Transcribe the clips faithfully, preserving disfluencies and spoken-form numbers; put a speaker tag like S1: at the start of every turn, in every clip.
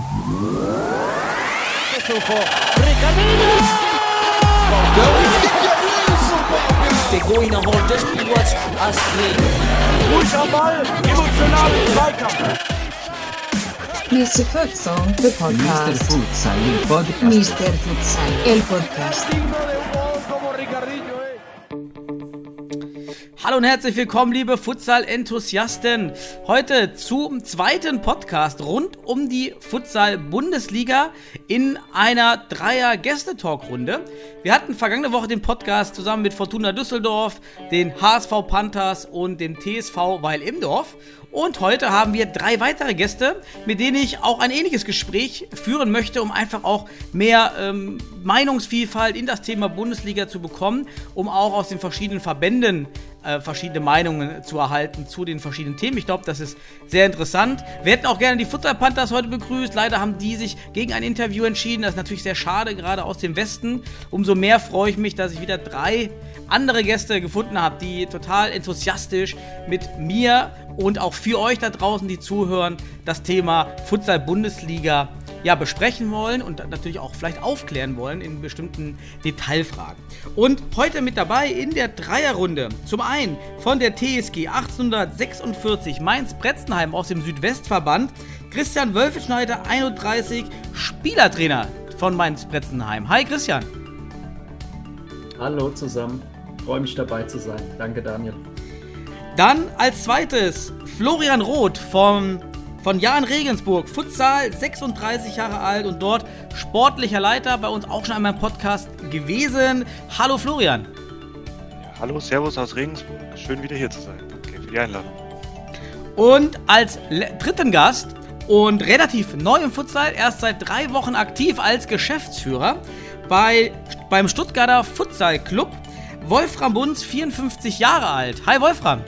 S1: De Goina holt das Spiel als Astrid.
S2: Ruhig am Ball, emotional im Zweikampf.
S3: mister Futsal, the podcast.
S4: mister Futsal, il podcast.
S3: mister Futsal, el podcast.
S5: Hallo und herzlich willkommen, liebe Futsal-Enthusiasten. Heute zum zweiten Podcast rund um die Futsal-Bundesliga in einer Dreier-Gäste-Talk-Runde. Wir hatten vergangene Woche den Podcast zusammen mit Fortuna Düsseldorf, den H S V Panthers und dem T S V Weil-Imdorf. Und heute haben wir drei weitere Gäste, mit denen ich auch ein ähnliches Gespräch führen möchte, um einfach auch mehr ähm, Meinungsvielfalt in das Thema Bundesliga zu bekommen, um auch aus den verschiedenen Verbänden äh, verschiedene Meinungen zu erhalten zu den verschiedenen Themen. Ich glaube, das ist sehr interessant. Wir hätten auch gerne die Futsal Panthers heute begrüßt. Leider haben die sich gegen ein Interview entschieden. Das ist natürlich sehr schade, gerade aus dem Westen. Umso mehr freue ich mich, dass ich wieder drei andere Gäste gefunden habe, die total enthusiastisch mit mir und auch für euch da draußen, die zuhören, das Thema Futsal-Bundesliga ja, besprechen wollen und natürlich auch vielleicht aufklären wollen in bestimmten Detailfragen. Und heute mit dabei in der Dreierrunde zum einen von der T S G achtzehnhundertsechsundvierzig Mainz-Bretzenheim aus dem Südwestverband Christian Wölfeschneider, einunddreißig, Spielertrainer von Mainz-Bretzenheim. Hi Christian.
S6: Hallo zusammen, freue mich dabei zu sein. Danke Daniel.
S5: Dann als zweites Florian Roth vom, von Jahn Regensburg, Futsal, sechsunddreißig Jahre alt und dort sportlicher Leiter, bei uns auch schon einmal im Podcast gewesen. Hallo Florian.
S7: Ja, hallo, Servus aus Regensburg, schön wieder hier zu sein. Danke für die Einladung.
S5: Und als le- dritten Gast und relativ neu im Futsal, erst seit drei Wochen aktiv als Geschäftsführer bei, beim Stuttgarter Futsal Club, Wolfram Bunz, vierundfünfzig Jahre alt. Hi Wolfram.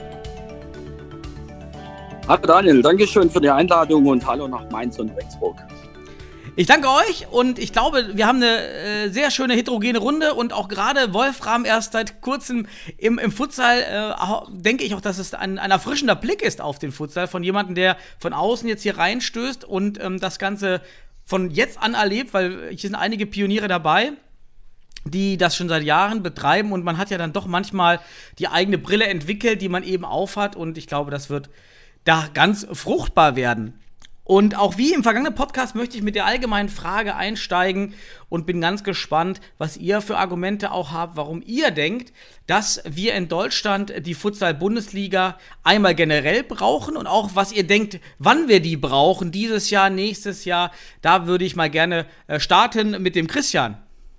S8: Hallo Daniel, danke schön für die Einladung und hallo nach Mainz und Regensburg.
S5: Ich danke euch und ich glaube, wir haben eine äh, sehr schöne heterogene Runde und auch gerade Wolfram erst seit kurzem im, im Futsal, äh, denke ich auch, dass es ein, ein erfrischender Blick ist auf den Futsal von jemandem, der von außen jetzt hier reinstößt und ähm, das Ganze von jetzt an erlebt, weil hier sind einige Pioniere dabei, die das schon seit Jahren betreiben und man hat ja dann doch manchmal die eigene Brille entwickelt, die man eben aufhat und ich glaube, das wird da ganz fruchtbar werden. Und auch wie im vergangenen Podcast möchte ich mit der allgemeinen Frage einsteigen und bin ganz gespannt, was ihr für Argumente auch habt, warum ihr denkt, dass wir in Deutschland die Futsal-Bundesliga einmal generell brauchen und auch was ihr denkt, wann wir die brauchen, dieses Jahr, nächstes Jahr. Da würde ich mal gerne äh, starten mit dem Christian.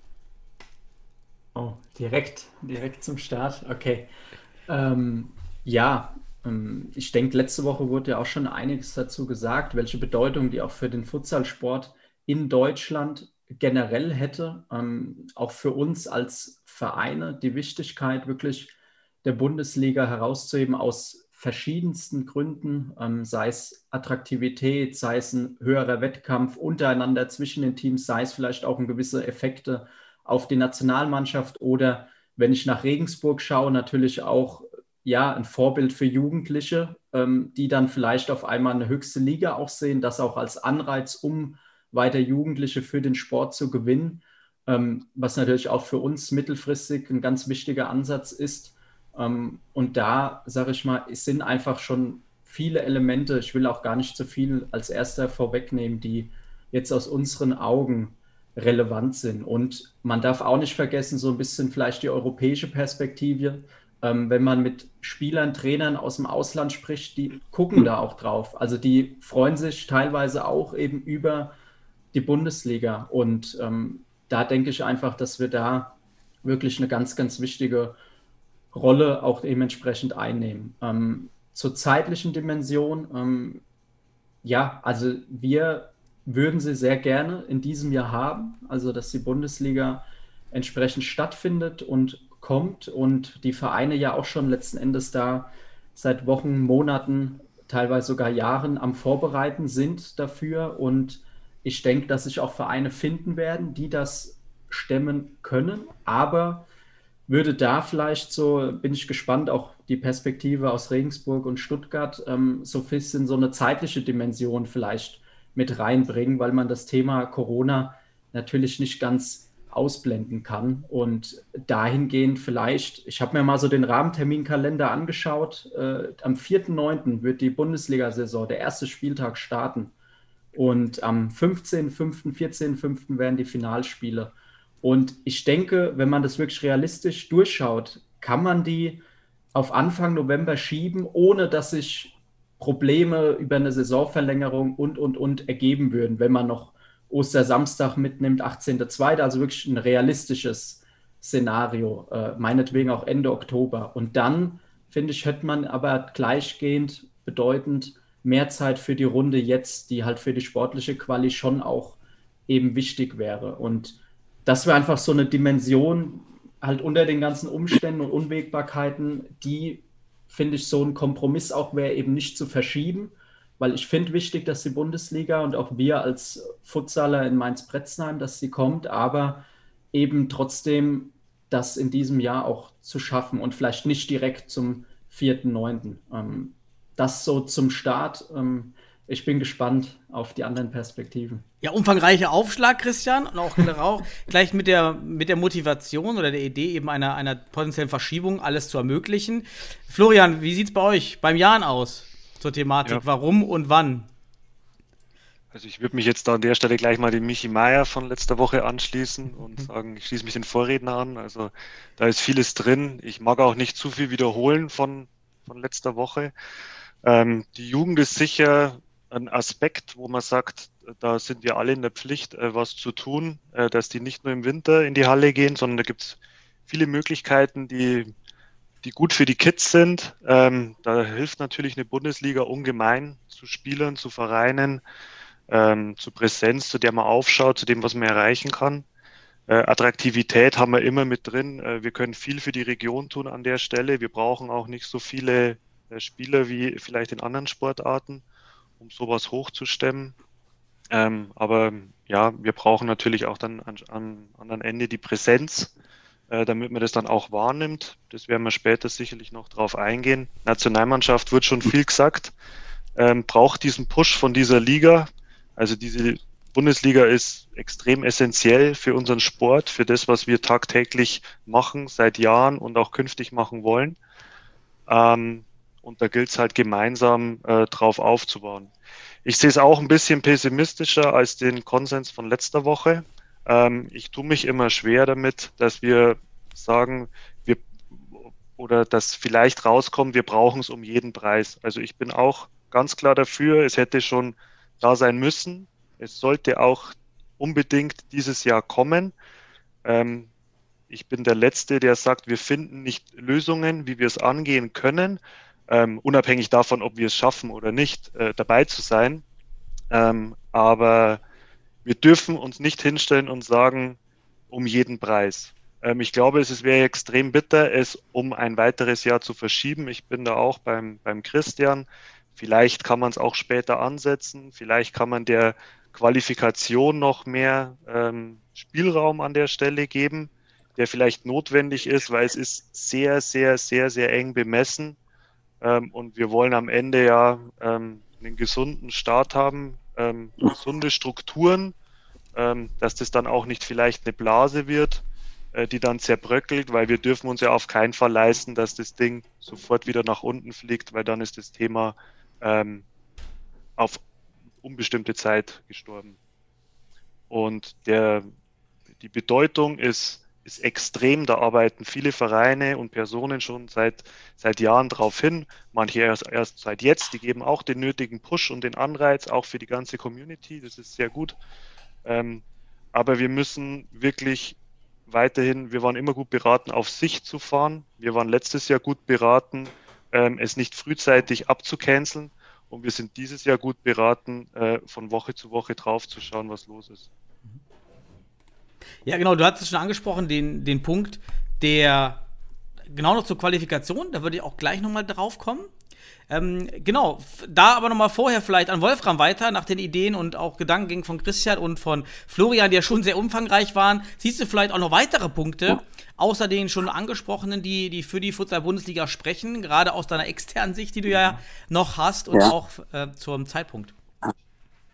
S6: Oh, direkt, direkt zum Start, okay. Ähm, ja, Ich denke, letzte Woche wurde ja auch schon einiges dazu gesagt, welche Bedeutung die auch für den Futsalsport in Deutschland generell hätte. Ähm, auch für uns als Vereine die Wichtigkeit wirklich der Bundesliga herauszuheben aus verschiedensten Gründen, ähm, sei es Attraktivität, sei es ein höherer Wettkampf untereinander zwischen den Teams, sei es vielleicht auch ein gewisse Effekte auf die Nationalmannschaft oder wenn ich nach Regensburg schaue, natürlich auch ja, ein Vorbild für Jugendliche, ähm, die dann vielleicht auf einmal eine höchste Liga auch sehen, das auch als Anreiz, um weiter Jugendliche für den Sport zu gewinnen, ähm, was natürlich auch für uns mittelfristig ein ganz wichtiger Ansatz ist. Ähm, und da, sage ich mal, es sind einfach schon viele Elemente, ich will auch gar nicht zu viel als erster vorwegnehmen, die jetzt aus unseren Augen relevant sind. Und man darf auch nicht vergessen, so ein bisschen vielleicht die europäische Perspektive. Ähm, wenn man mit Spielern, Trainern aus dem Ausland spricht, die gucken da auch drauf. Also die freuen sich teilweise auch eben über die Bundesliga. Und ähm, da denke ich einfach, dass wir da wirklich eine ganz, ganz wichtige Rolle auch dementsprechend einnehmen. Ähm, zur zeitlichen Dimension, ähm, ja, also wir würden sie sehr gerne in diesem Jahr haben, also dass die Bundesliga entsprechend stattfindet und kommt und die Vereine ja auch schon letzten Endes da seit Wochen, Monaten, teilweise sogar Jahren am Vorbereiten sind dafür. Und ich denke, dass sich auch Vereine finden werden, die das stemmen können. Aber würde da vielleicht so, bin ich gespannt, auch die Perspektive aus Regensburg und Stuttgart, ähm, so ein bisschen so eine zeitliche Dimension vielleicht mit reinbringen, weil man das Thema Corona natürlich nicht ganz ausblenden kann. Und dahingehend vielleicht, ich habe mir mal so den Rahmenterminkalender angeschaut, äh, am vierten neunten wird die Bundesliga-Saison, der erste Spieltag starten. Und am fünfzehnten fünften, vierzehnten fünften werden die Finalspiele. Und ich denke, wenn man das wirklich realistisch durchschaut, kann man die auf Anfang November schieben, ohne dass sich Probleme über eine Saisonverlängerung und, und, und ergeben würden, wenn man noch Ostersamstag mitnimmt, achtzehnten zweiten Also wirklich ein realistisches Szenario, äh, meinetwegen auch Ende Oktober. Und dann, finde ich, hätte man aber gleichgehend bedeutend mehr Zeit für die Runde jetzt, die halt für die sportliche Quali schon auch eben wichtig wäre. Und das wäre einfach so eine Dimension, halt unter den ganzen Umständen und Unwägbarkeiten, die, finde ich, so ein Kompromiss auch wäre, eben nicht zu verschieben, weil ich finde wichtig, dass die Bundesliga und auch wir als Futsaler in Mainz-Bretzenheim, dass sie kommt, aber eben trotzdem das in diesem Jahr auch zu schaffen und vielleicht nicht direkt zum vierten neunten Ähm, das so zum Start. Ähm, ich bin gespannt auf die anderen Perspektiven.
S5: Ja, umfangreicher Aufschlag, Christian, und auch, auch gleich mit der, mit der Motivation oder der Idee eben einer, einer potenziellen Verschiebung alles zu ermöglichen. Florian, wie sieht's bei euch beim Jan aus zur Thematik? Ja. Warum und wann?
S7: Also ich würde mich jetzt da an der Stelle gleich mal dem Michi Meier von letzter Woche anschließen und mhm. sagen, ich schließe mich den Vorredner an. Also da ist vieles drin. Ich mag auch nicht zu viel wiederholen von, von letzter Woche. Ähm, die Jugend ist sicher ein Aspekt, wo man sagt, da sind wir alle in der Pflicht, äh, was zu tun, äh, dass die nicht nur im Winter in die Halle gehen, sondern da gibt es viele Möglichkeiten, die, die gut für die Kids sind. Ähm, da hilft natürlich eine Bundesliga ungemein zu Spielern, zu Vereinen, ähm, zu Präsenz, zu der man aufschaut, zu dem, was man erreichen kann. Äh, Attraktivität haben wir immer mit drin. Äh, wir können viel für die Region tun an der Stelle. Wir brauchen auch nicht so viele äh, Spieler wie vielleicht in anderen Sportarten, um sowas hochzustemmen. Ähm, aber ja, wir brauchen natürlich auch dann an, an anderen Ende die Präsenz, äh, damit man das dann auch wahrnimmt. Das werden wir später sicherlich noch drauf eingehen. Nationalmannschaft wird schon viel gesagt, ähm, braucht diesen Push von dieser Liga. Also diese Bundesliga ist extrem essentiell für unseren Sport, für das, was wir tagtäglich machen, seit Jahren und auch künftig machen wollen. Ähm, und da gilt es halt gemeinsam äh, drauf aufzubauen. Ich sehe es auch ein bisschen pessimistischer als den Konsens von letzter Woche. Ähm, ich tue mich immer schwer damit, dass wir sagen, wir oder dass vielleicht rauskommt, wir brauchen es um jeden Preis. Also ich bin auch ganz klar dafür, es hätte schon da sein müssen. Es sollte auch unbedingt dieses Jahr kommen. Ähm, ich bin der Letzte, der sagt, wir finden nicht Lösungen, wie wir es angehen können. Ähm, unabhängig davon, ob wir es schaffen oder nicht, äh, dabei zu sein. Ähm, aber wir dürfen uns nicht hinstellen und sagen, um jeden Preis. Ähm, ich glaube, es wäre extrem bitter, es um ein weiteres Jahr zu verschieben. Ich bin da auch beim, beim Christian. Vielleicht kann man es auch später ansetzen. Vielleicht kann man der Qualifikation noch mehr ähm, Spielraum an der Stelle geben, der vielleicht notwendig ist, weil es ist sehr, sehr, sehr, sehr eng bemessen. Ähm, und wir wollen am Ende ja ähm, einen gesunden Start haben, ähm, gesunde Strukturen, ähm, dass das dann auch nicht vielleicht eine Blase wird, äh, die dann zerbröckelt, weil wir dürfen uns ja auf keinen Fall leisten, dass das Ding sofort wieder nach unten fliegt, weil dann ist das Thema ähm, auf unbestimmte Zeit gestorben. Und der, die Bedeutung ist ist extrem, da arbeiten viele Vereine und Personen schon seit, seit Jahren drauf hin, manche erst, erst seit jetzt, die geben auch den nötigen Push und den Anreiz, auch für die ganze Community, das ist sehr gut. Ähm, aber wir müssen wirklich weiterhin, wir waren immer gut beraten, auf Sicht zu fahren, wir waren letztes Jahr gut beraten, ähm, es nicht frühzeitig abzucanceln und wir sind dieses Jahr gut beraten, äh, von Woche zu Woche drauf zu schauen, was los ist.
S5: Ja, genau, du hattest es schon angesprochen, den, den Punkt, der genau noch zur Qualifikation, da würde ich auch gleich nochmal drauf kommen. Ähm, genau, da aber nochmal vorher vielleicht an Wolfram weiter, nach den Ideen und auch Gedankengängen von Christian und von Florian, die ja schon sehr umfangreich waren. Siehst du vielleicht auch noch weitere Punkte, ja, außer den schon angesprochenen, die, die für die Futsal-Bundesliga sprechen, gerade aus deiner externen Sicht, die du ja noch hast und ja. auch äh, zum Zeitpunkt?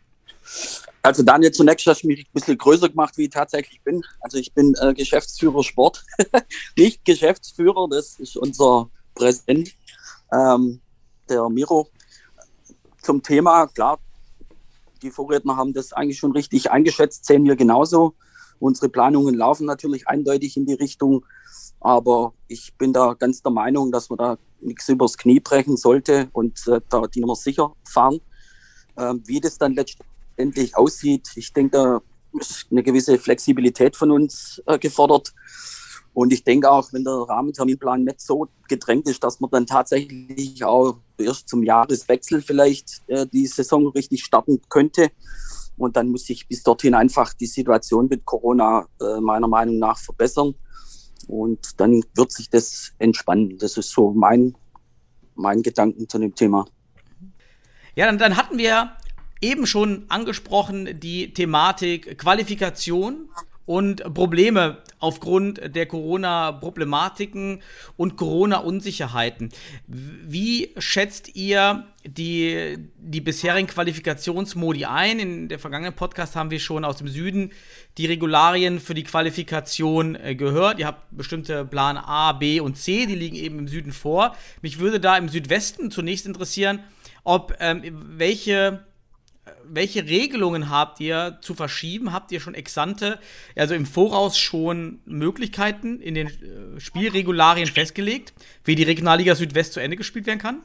S8: Also Daniel, zunächst hast du mich ein bisschen größer gemacht, wie ich tatsächlich bin. Also ich bin äh, Geschäftsführer Sport, nicht Geschäftsführer, das ist unser Präsident, ähm, der Miro. Zum Thema, klar, die Vorredner haben das eigentlich schon richtig eingeschätzt, sehen wir genauso. Unsere Planungen laufen natürlich eindeutig in die Richtung, aber ich bin da ganz der Meinung, dass man da nichts übers Knie brechen sollte und äh, da die Nummer sicher fahren. Äh, wie das dann letztendlich aussieht, ich denke, da ist eine gewisse Flexibilität von uns äh, gefordert. Und ich denke auch, wenn der Rahmenterminplan nicht so gedrängt ist, dass man dann tatsächlich auch erst zum Jahreswechsel vielleicht äh, die Saison richtig starten könnte. Und dann muss sich bis dorthin einfach die Situation mit Corona äh, meiner Meinung nach verbessern. Und dann wird sich das entspannen. Das ist so mein, mein Gedanken zu dem Thema.
S5: Ja, dann, dann hatten wir eben schon angesprochen die Thematik Qualifikation und Probleme aufgrund der Corona-Problematiken und Corona-Unsicherheiten. Wie schätzt ihr die, die bisherigen Qualifikationsmodi ein? In der vergangenen Podcast haben wir schon aus dem Süden die Regularien für die Qualifikation äh, gehört. Ihr habt bestimmte Plan A, B und C, die liegen eben im Süden vor. Mich würde da im Südwesten zunächst interessieren, ob ähm, welche Welche Regelungen habt ihr zu verschieben? Habt ihr schon Exante, also im Voraus schon Möglichkeiten in den äh, Spielregularien festgelegt, wie die Regionalliga Südwest zu Ende gespielt werden kann?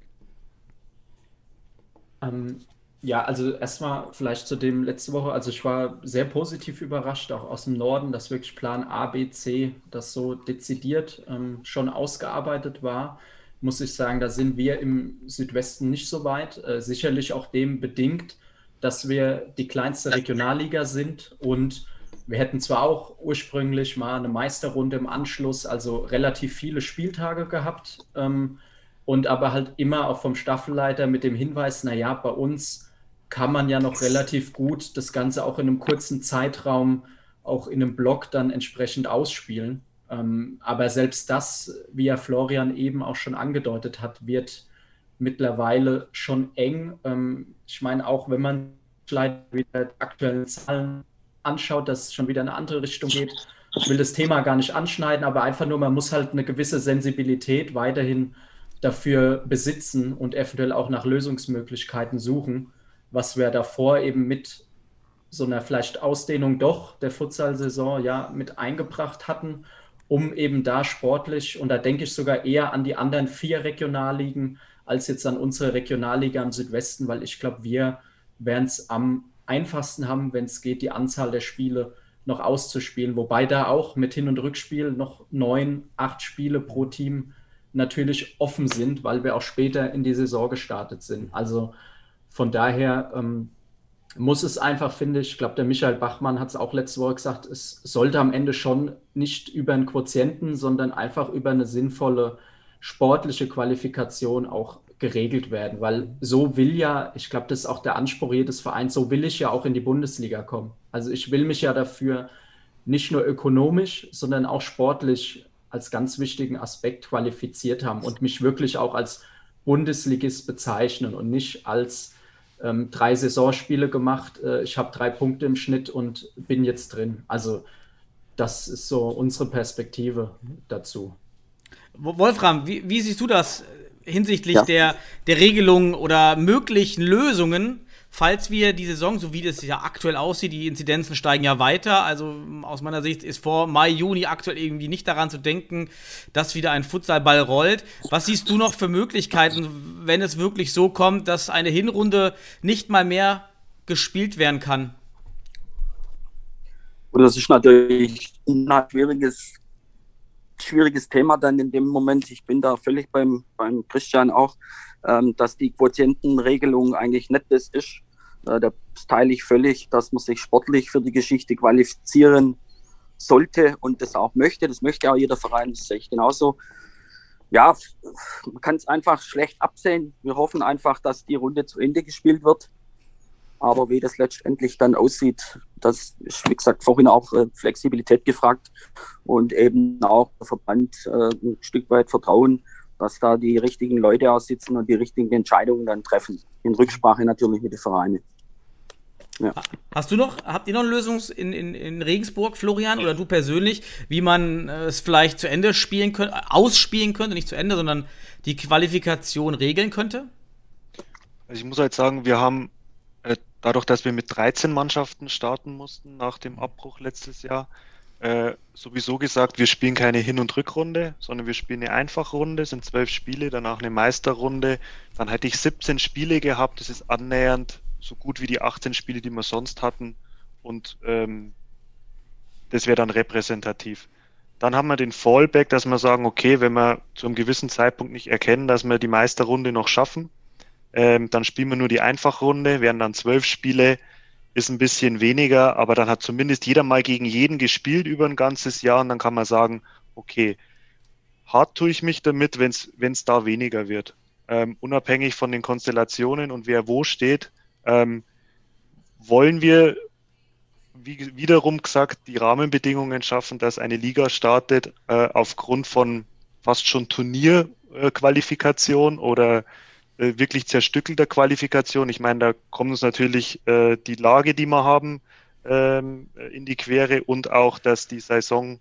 S6: Ähm, ja, also erstmal vielleicht zu dem letzte Woche. Also ich war sehr positiv überrascht, auch aus dem Norden, dass wirklich Plan A, B, C, das so dezidiert ähm, schon ausgearbeitet war. Muss ich sagen, da sind wir im Südwesten nicht so weit. Äh, sicherlich auch dem bedingt, dass wir die kleinste Regionalliga sind und wir hätten zwar auch ursprünglich mal eine Meisterrunde im Anschluss, also relativ viele Spieltage gehabt ähm, und aber halt immer auch vom Staffelleiter mit dem Hinweis, naja, bei uns kann man ja noch relativ gut das Ganze auch in einem kurzen Zeitraum, auch in einem Block dann entsprechend ausspielen. Ähm, aber selbst das, wie ja Florian eben auch schon angedeutet hat, wird mittlerweile schon eng. Ähm, ich meine, auch wenn man vielleicht wieder die aktuellen Zahlen anschaut, dass es schon wieder in eine andere Richtung geht. Ich will das Thema gar nicht anschneiden, aber einfach nur, man muss halt eine gewisse Sensibilität weiterhin dafür besitzen und eventuell auch nach Lösungsmöglichkeiten suchen, was wir davor eben mit so einer vielleicht Ausdehnung doch der Futsal-Saison ja mit eingebracht hatten, um eben da sportlich, und da denke ich sogar eher an die anderen vier Regionalligen, als jetzt an unsere Regionalliga im Südwesten, weil ich glaube, wir werden es am einfachsten haben, wenn es geht, die Anzahl der Spiele noch auszuspielen, wobei da auch mit Hin- und Rückspiel noch neun, acht Spiele pro Team natürlich offen sind, weil wir auch später in die Saison gestartet sind. Also von daher ähm, muss es einfach, finde ich, ich glaube, der Michael Bachmann hat es auch letzte Woche gesagt, es sollte am Ende schon nicht über einen Quotienten, sondern einfach über eine sinnvolle sportliche Qualifikation auch geregelt werden, weil so will ja, ich glaube, das ist auch der Anspruch jedes Vereins, so will ich ja auch in die Bundesliga kommen. Also ich will mich ja dafür nicht nur ökonomisch, sondern auch sportlich als ganz wichtigen Aspekt qualifiziert haben und mich wirklich auch als Bundesligist bezeichnen und nicht als ähm, drei Saisonspiele gemacht, äh, ich habe drei Punkte im Schnitt und bin jetzt drin. Also das ist so unsere Perspektive dazu.
S5: Wolfram, wie, wie siehst du das hinsichtlich
S8: Ja.
S5: der, der Regelungen oder möglichen Lösungen, falls wir die Saison, so wie das ja aktuell aussieht, die Inzidenzen steigen ja weiter, also aus meiner Sicht ist vor Mai, Juni aktuell irgendwie nicht daran zu denken, dass wieder ein Futsalball rollt. Was siehst du noch für Möglichkeiten, wenn es wirklich so kommt, dass eine Hinrunde nicht mal mehr gespielt werden kann?
S8: Und das ist natürlich ein schwieriges, schwieriges Thema dann in dem Moment. Ich bin da völlig beim, beim Christian auch, ähm, dass die Quotientenregelung eigentlich nicht das ist. Äh, das teile ich völlig, dass man sich sportlich für die Geschichte qualifizieren sollte und das auch möchte. Das möchte auch jeder Verein, das sehe ich genauso. Ja, man kann es einfach schlecht absehen. Wir hoffen einfach, dass die Runde zu Ende gespielt wird. Aber wie das letztendlich dann aussieht, das ist, wie gesagt, vorhin auch äh, Flexibilität gefragt und eben auch der Verband äh, ein Stück weit Vertrauen, dass da die richtigen Leute aussitzen und die richtigen Entscheidungen dann treffen. In Rücksprache natürlich mit den Vereinen. Ja.
S5: Hast du noch, habt ihr noch eine Lösung in, in, in Regensburg, Florian, oder du persönlich, wie man äh, es vielleicht zu Ende spielen könnte, ausspielen könnte, nicht zu Ende, sondern die Qualifikation regeln könnte?
S7: Also ich muss halt sagen, wir haben äh, dadurch, dass wir mit dreizehn Mannschaften starten mussten nach dem Abbruch letztes Jahr, äh, sowieso gesagt, wir spielen keine Hin- und Rückrunde, sondern wir spielen eine Einfachrunde, sind zwölf Spiele, danach eine Meisterrunde. Dann hätte ich siebzehn Spiele gehabt, das ist annähernd so gut wie die achtzehn Spiele, die wir sonst hatten, und ähm, das wäre dann repräsentativ. Dann haben wir den Fallback, dass wir sagen, okay, wenn wir zu einem gewissen Zeitpunkt nicht erkennen, dass wir die Meisterrunde noch schaffen, ähm, dann spielen wir nur die Einfachrunde, wären dann zwölf Spiele, ist ein bisschen weniger, aber dann hat zumindest jeder mal gegen jeden gespielt über ein ganzes Jahr, und dann kann man sagen, okay, hart tue ich mich damit, wenn es da weniger wird. Ähm, unabhängig von den Konstellationen und wer wo steht, ähm, wollen wir, wie wiederum gesagt, die Rahmenbedingungen schaffen, dass eine Liga startet äh, aufgrund von fast schon Turnierqualifikation äh, oder äh, wirklich zerstückelter Qualifikation. Ich meine, da kommt uns natürlich äh, die Lage, die wir haben, ähm, in die Quere, und auch, dass die Saison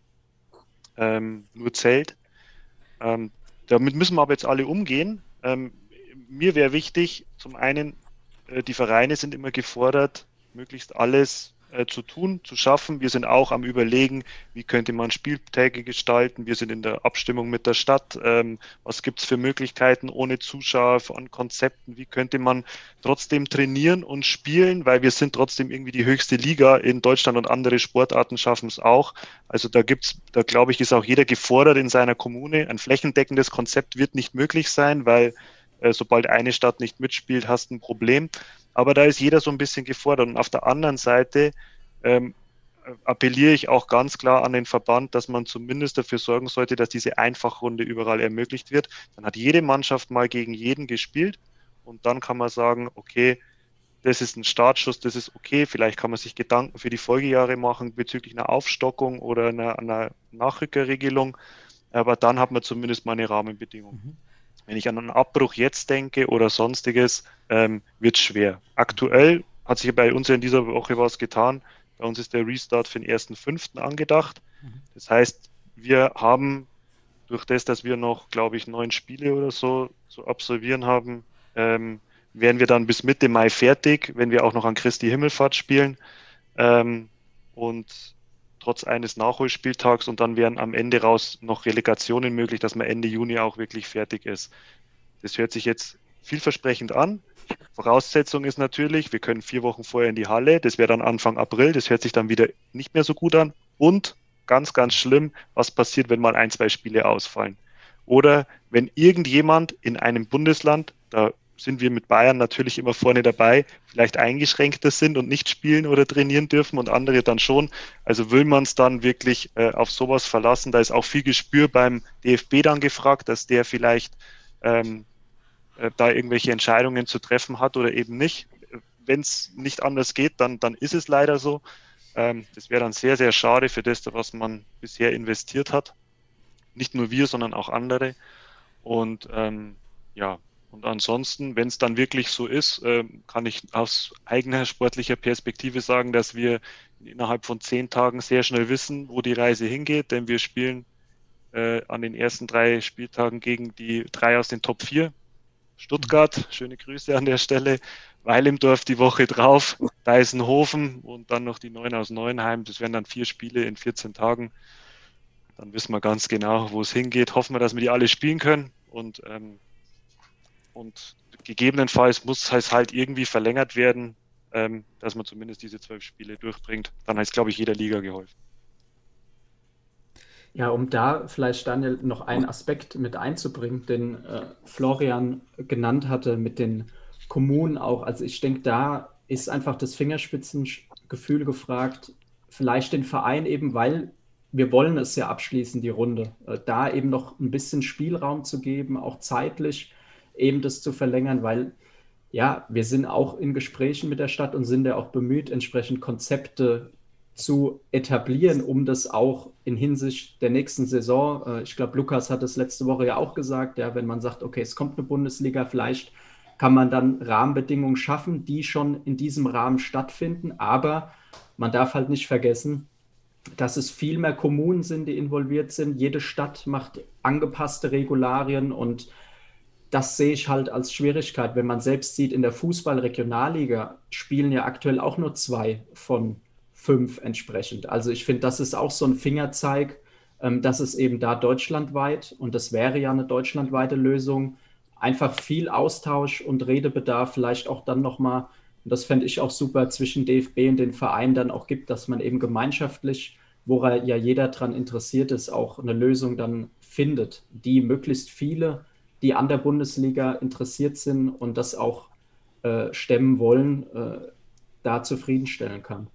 S7: ähm, nur zählt. Ähm, damit müssen wir aber jetzt alle umgehen. Ähm, mir wäre wichtig, zum einen, äh, die Vereine sind immer gefordert, möglichst alles äh, zu tun, zu schaffen. Wir sind auch am Überlegen, wie könnte man Spieltage gestalten. Wir sind in der Abstimmung mit der Stadt. Ähm, was gibt es für Möglichkeiten ohne Zuschauer, an Konzepten? Wie könnte man trotzdem trainieren und spielen, weil wir sind trotzdem irgendwie die höchste Liga in Deutschland, und andere Sportarten schaffen es auch. Also da gibt's, da glaube ich, ist auch jeder gefordert in seiner Kommune. Ein flächendeckendes Konzept wird nicht möglich sein, weil äh, sobald eine Stadt nicht mitspielt, hast du ein Problem. Aber da ist jeder so ein bisschen gefordert. Und auf der anderen Seite ähm, appelliere ich auch ganz klar an den Verband, dass man zumindest dafür sorgen sollte, dass diese Einfachrunde überall ermöglicht wird. Dann hat jede Mannschaft mal gegen jeden gespielt, und dann kann man sagen, okay, das ist ein Startschuss, das ist okay. Vielleicht kann man sich Gedanken für die Folgejahre machen bezüglich einer Aufstockung oder einer, einer Nachrückerregelung. Aber dann hat man zumindest mal eine Rahmenbedingung. Mhm. Wenn ich an einen Abbruch jetzt denke oder sonstiges, ähm, wird es schwer. Aktuell hat sich bei uns ja in dieser Woche was getan. Bei uns ist der Restart für den ersten fünften angedacht. Das heißt, wir haben durch das, dass wir noch, glaube ich, neun Spiele oder so zu absolvieren haben, ähm, wären wir dann bis Mitte Mai fertig, wenn wir auch noch an Christi Himmelfahrt spielen. Ähm, und trotz eines Nachholspieltags, und dann wären am Ende raus noch Relegationen möglich, dass man Ende Juni auch wirklich fertig ist. Das hört sich jetzt vielversprechend an. Voraussetzung ist natürlich, wir können vier Wochen vorher in die Halle, das wäre dann Anfang April, das hört sich dann wieder nicht mehr so gut an. Und ganz, ganz schlimm, was passiert, wenn mal ein, zwei Spiele ausfallen? Oder wenn irgendjemand in einem Bundesland, da sind wir mit Bayern natürlich immer vorne dabei, vielleicht eingeschränkter sind und nicht spielen oder trainieren dürfen, und andere dann schon. Also will man es dann wirklich äh, auf sowas verlassen? Da ist auch viel Gespür beim D F B dann gefragt, dass der vielleicht ähm, äh, da irgendwelche Entscheidungen zu treffen hat oder eben nicht. Wenn es nicht anders geht, dann, dann ist es leider so. Ähm, das wäre dann sehr, sehr schade für das, was man bisher investiert hat. Nicht nur wir, sondern auch andere. Und ähm, ja, und ansonsten, wenn es dann wirklich so ist, äh, kann ich aus eigener sportlicher Perspektive sagen, dass wir innerhalb von zehn Tagen sehr schnell wissen, wo die Reise hingeht, denn wir spielen äh, an den ersten drei Spieltagen gegen die drei aus den Top vier. Stuttgart, schöne Grüße an der Stelle, Weilimdorf die Woche drauf, Deisenhofen und dann noch die neun aus Neuenheim. Das wären dann vier Spiele in vierzehn Tagen. Dann wissen wir ganz genau, wo es hingeht. Hoffen wir, dass wir die alle spielen können, und ähm, Und gegebenenfalls muss es halt irgendwie verlängert werden, ähm, dass man zumindest diese zwölf Spiele durchbringt. Dann heißt, glaube ich, jeder Liga geholfen.
S6: Ja, um da vielleicht, Daniel, noch einen Aspekt mit einzubringen, den äh, Florian genannt hatte mit den Kommunen auch. Also ich denke, da ist einfach das Fingerspitzengefühl gefragt, vielleicht den Verein eben, weil wir wollen es ja abschließen, die Runde, äh, da eben noch ein bisschen Spielraum zu geben, auch zeitlich eben das zu verlängern, weil ja, wir sind auch in Gesprächen mit der Stadt und sind ja auch bemüht, entsprechend Konzepte zu etablieren, um das auch in Hinsicht der nächsten Saison, äh, ich glaube, Lukas hat es letzte Woche ja auch gesagt, ja, wenn man sagt, okay, es kommt eine Bundesliga, vielleicht kann man dann Rahmenbedingungen schaffen, die schon in diesem Rahmen stattfinden. Aber man darf halt nicht vergessen, dass es viel mehr Kommunen sind, die involviert sind. Jede Stadt macht angepasste Regularien und das sehe ich halt als Schwierigkeit. Wenn man selbst sieht, in der Fußball-Regionalliga spielen ja aktuell auch nur zwei von fünf entsprechend. Also ich finde, das ist auch so ein Fingerzeig, ähm, dass es eben da deutschlandweit, und das wäre ja eine deutschlandweite Lösung, einfach viel Austausch und Redebedarf vielleicht auch dann nochmal, und das fände ich auch super, zwischen D F B und den Vereinen dann auch gibt, dass man eben gemeinschaftlich, woran ja jeder daran interessiert ist, auch eine Lösung dann findet, die möglichst viele, die an der Bundesliga interessiert sind und das auch äh, stemmen wollen, äh, da zufriedenstellen kann.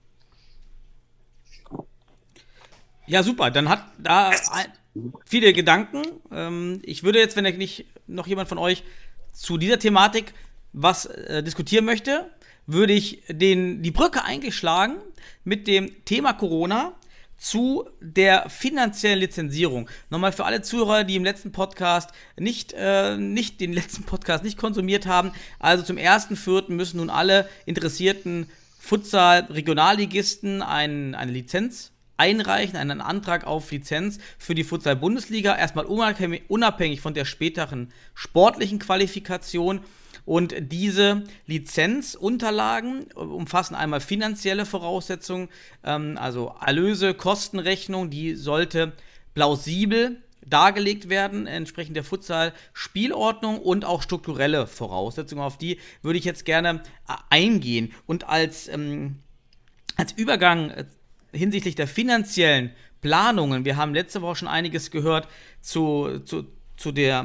S5: Ja, super. Dann hat da ein, viele Gedanken. Ähm, ich würde jetzt, wenn nicht noch jemand von euch zu dieser Thematik was äh, diskutieren möchte, würde ich den, die Brücke eigentlich schlagen mit dem Thema Corona zu der finanziellen Lizenzierung. Nochmal für alle Zuhörer, die im letzten Podcast nicht, äh, nicht den letzten Podcast nicht konsumiert haben. Also zum ersten Vierten müssen nun alle interessierten Futsal-Regionalligisten ein, eine Lizenz einreichen, einen Antrag auf Lizenz für die Futsal-Bundesliga. Erstmal unabhängig, unabhängig von der späteren sportlichen Qualifikation. Und diese Lizenzunterlagen umfassen einmal finanzielle Voraussetzungen, ähm, also Erlöse, Kostenrechnung, die sollte plausibel dargelegt werden, entsprechend der Futsal-Spielordnung, und auch strukturelle Voraussetzungen, auf die würde ich jetzt gerne äh, eingehen. Und als, ähm, als Übergang äh, hinsichtlich der finanziellen Planungen, wir haben letzte Woche schon einiges gehört zu, zu, zu der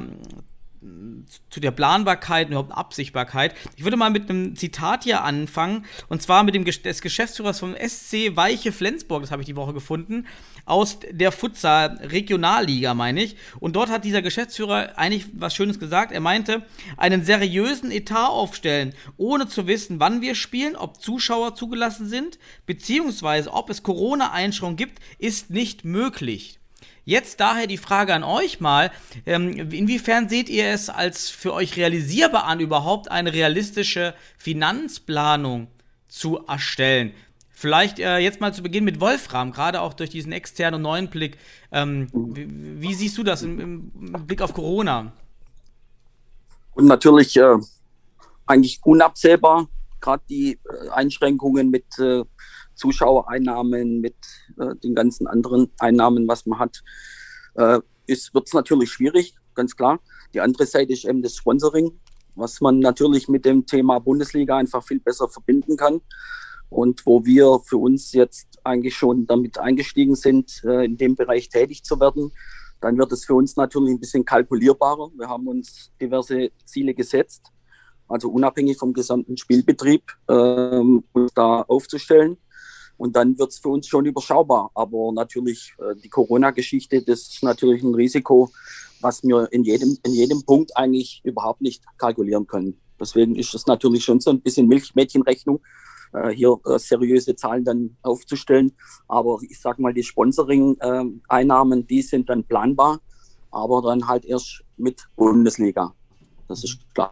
S5: zu der Planbarkeit und überhaupt Absichtbarkeit. Ich würde mal mit einem Zitat hier anfangen, und zwar mit dem Gesch- des Geschäftsführers vom S C Weiche Flensburg, das habe ich die Woche gefunden, aus der Futsal-Regionalliga, meine ich. Und dort hat dieser Geschäftsführer eigentlich was Schönes gesagt. Er meinte, einen seriösen Etat aufstellen, ohne zu wissen, wann wir spielen, ob Zuschauer zugelassen sind, beziehungsweise ob es Corona-Einschränkungen gibt, ist nicht möglich. Jetzt daher die Frage an euch mal, ähm, inwiefern seht ihr es als für euch realisierbar an, überhaupt eine realistische Finanzplanung zu erstellen? Vielleicht äh, jetzt mal zu Beginn mit Wolfram, gerade auch durch diesen externen und neuen Blick. Ähm, wie, wie siehst du das im, im Blick auf Corona?
S8: Und natürlich äh, eigentlich unabsehbar, gerade die äh, Einschränkungen mit äh, Zuschauereinnahmen, mit äh, den ganzen anderen Einnahmen, was man hat, äh, wird es natürlich schwierig, ganz klar. Die andere Seite ist eben das Sponsoring, was man natürlich mit dem Thema Bundesliga einfach viel besser verbinden kann. Und wo wir für uns jetzt eigentlich schon damit eingestiegen sind, äh, in dem Bereich tätig zu werden, dann wird es für uns natürlich ein bisschen kalkulierbarer. Wir haben uns diverse Ziele gesetzt, also unabhängig vom gesamten Spielbetrieb, ähm, uns da aufzustellen. Und dann wird es für uns schon überschaubar. Aber natürlich äh, die Corona-Geschichte, das ist natürlich ein Risiko, was wir in jedem, in jedem Punkt eigentlich überhaupt nicht kalkulieren können. Deswegen ist es natürlich schon so ein bisschen Milchmädchenrechnung, äh, hier äh, seriöse Zahlen dann aufzustellen. Aber ich sage mal, die Sponsoring-Einnahmen, äh, die sind dann planbar, aber dann halt erst mit Bundesliga. Das ist klar.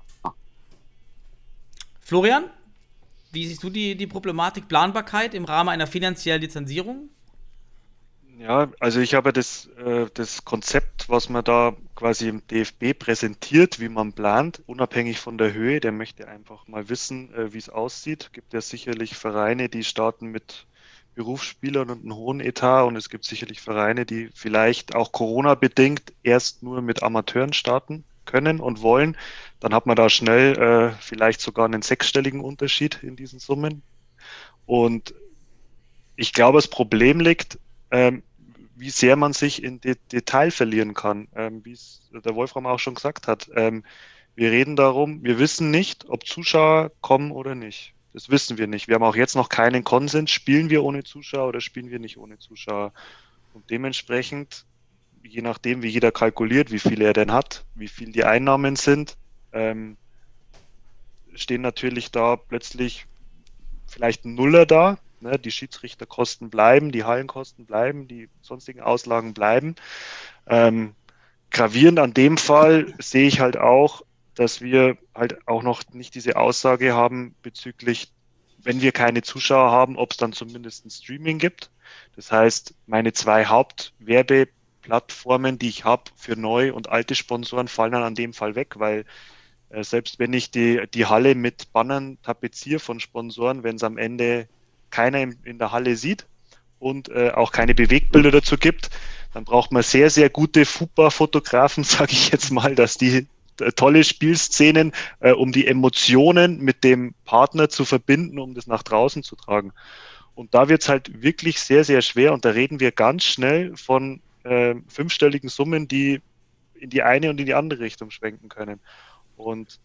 S5: Florian? Wie siehst du die, die Problematik Planbarkeit im Rahmen einer finanziellen Lizenzierung?
S7: Ja, also ich habe das, äh, das Konzept, was man da quasi im D F B präsentiert, wie man plant, unabhängig von der Höhe, der möchte einfach mal wissen, äh, wie es aussieht. Gibt ja sicherlich Vereine, die starten mit Berufsspielern und einem hohen Etat, und es gibt sicherlich Vereine, die vielleicht auch Corona-bedingt erst nur mit Amateuren starten können und wollen. Dann hat man da schnell äh, vielleicht sogar einen sechsstelligen Unterschied in diesen Summen. Und ich glaube, das Problem liegt, ähm, wie sehr man sich in De- Detail verlieren kann, ähm, wie es der Wolfram auch schon gesagt hat. Ähm, wir reden darum, wir wissen nicht, ob Zuschauer kommen oder nicht. Das wissen wir nicht. Wir haben auch jetzt noch keinen Konsens. Spielen wir ohne Zuschauer oder spielen wir nicht ohne Zuschauer? Und dementsprechend, je nachdem, wie jeder kalkuliert, wie viel er denn hat, wie viel die Einnahmen sind, ähm, stehen natürlich da plötzlich vielleicht ein Nuller da. Ne? Die Schiedsrichterkosten bleiben, die Hallenkosten bleiben, die sonstigen Auslagen bleiben. Ähm, gravierend an dem Fall sehe ich halt auch, dass wir halt auch noch nicht diese Aussage haben bezüglich, wenn wir keine Zuschauer haben, ob es dann zumindest ein Streaming gibt. Das heißt, meine zwei Hauptwerbeplattformen, die ich habe für neue und alte Sponsoren, fallen dann an dem Fall weg, weil äh, selbst wenn ich die, die Halle mit Bannern tapeziere von Sponsoren, wenn es am Ende keiner in, in der Halle sieht und äh, auch keine Bewegtbilder dazu gibt, dann braucht man sehr, sehr gute Fußballfotografen, sage ich jetzt mal, dass die tolle Spielszenen, äh, um die Emotionen mit dem Partner zu verbinden, um das nach draußen zu tragen. Und da wird es halt wirklich sehr, sehr schwer und da reden wir ganz schnell von äh, fünfstelligen Summen, die in die eine und in die andere Richtung schwenken können. Und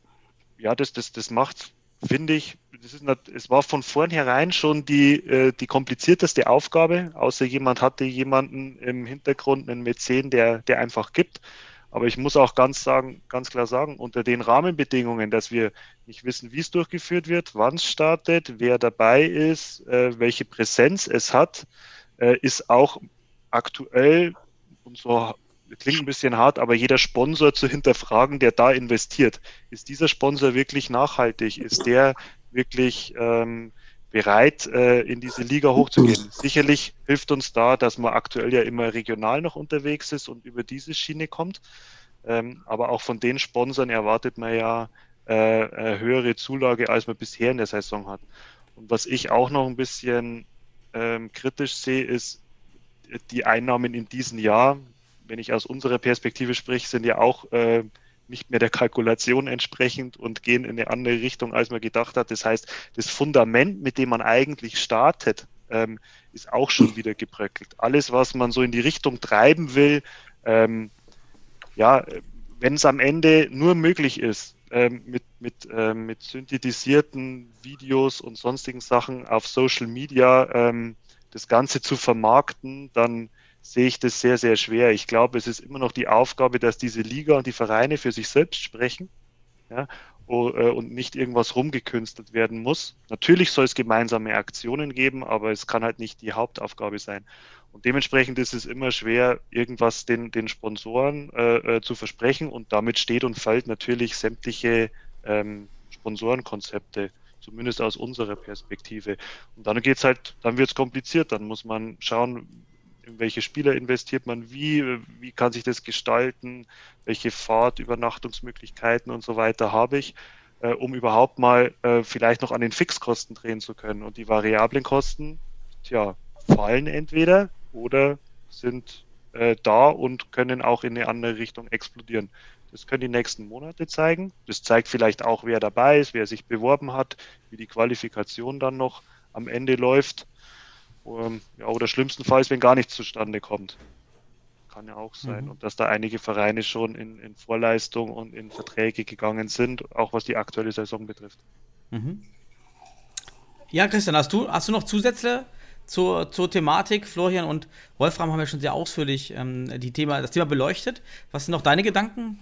S7: ja, das, das, das macht, finde ich, das ist nicht, es war von vornherein schon die, äh, die komplizierteste Aufgabe, außer jemand hatte jemanden im Hintergrund, einen Mäzen, der, der einfach gibt. Aber ich muss auch ganz sagen, ganz klar sagen, unter den Rahmenbedingungen, dass wir nicht wissen, wie es durchgeführt wird, wann es startet, wer dabei ist, äh, welche Präsenz es hat, äh, ist auch aktuell, und so klingt ein bisschen hart, aber jeder Sponsor zu hinterfragen, der da investiert. Ist dieser Sponsor wirklich nachhaltig? Ist der wirklich ähm, bereit, äh, in diese Liga hochzugehen? Sicherlich hilft uns da, dass man aktuell ja immer regional noch unterwegs ist und über diese Schiene kommt. Ähm, aber auch von den Sponsoren erwartet man ja äh, eine höhere Zulage, als man bisher in der Saison hat. Und was ich auch noch ein bisschen ähm, kritisch sehe, ist die Einnahmen in diesem Jahr. Wenn ich aus unserer Perspektive spreche, sind ja auch äh, nicht mehr der Kalkulation entsprechend und gehen in eine andere Richtung, als man gedacht hat. Das heißt, das Fundament, mit dem man eigentlich startet, ähm, ist auch schon wieder gebröckelt. Alles, was man so in die Richtung treiben will, ähm, ja, wenn es am Ende nur möglich ist, ähm, mit, mit, ähm, mit synthetisierten Videos und sonstigen Sachen auf Social Media ähm, das Ganze zu vermarkten, dann sehe ich das sehr, sehr schwer. Ich glaube, es ist immer noch die Aufgabe, dass diese Liga und die Vereine für sich selbst sprechen, ja, und nicht irgendwas rumgekünstelt werden muss. Natürlich soll es gemeinsame Aktionen geben, aber es kann halt nicht die Hauptaufgabe sein. Und dementsprechend ist es immer schwer, irgendwas den, den Sponsoren äh, zu versprechen und damit steht und fällt natürlich sämtliche ähm, Sponsorenkonzepte, zumindest aus unserer Perspektive. Und dann geht's halt, dann wird es kompliziert, dann muss man schauen, in welche Spieler investiert man wie, wie kann sich das gestalten, welche Fahrt, Übernachtungsmöglichkeiten und so weiter habe ich, äh, um überhaupt mal äh, vielleicht noch an den Fixkosten drehen zu können. Und die variablen Kosten, tja, fallen entweder oder sind äh, da und können auch in eine andere Richtung explodieren. Das können die nächsten Monate zeigen. Das zeigt vielleicht auch, wer dabei ist, wer sich beworben hat, wie die Qualifikation dann noch am Ende läuft. Ja, oder schlimmstenfalls, wenn gar nichts zustande kommt. Kann ja auch sein. Mhm. Und dass da einige Vereine schon in, in Vorleistung und in Verträge gegangen sind, auch was die aktuelle Saison betrifft.
S5: Mhm. Ja, Christian, hast du, hast du noch Zusätze zur, zur Thematik? Florian und Wolfram haben ja schon sehr ausführlich ähm, die Thema, das Thema beleuchtet. Was sind noch deine Gedanken?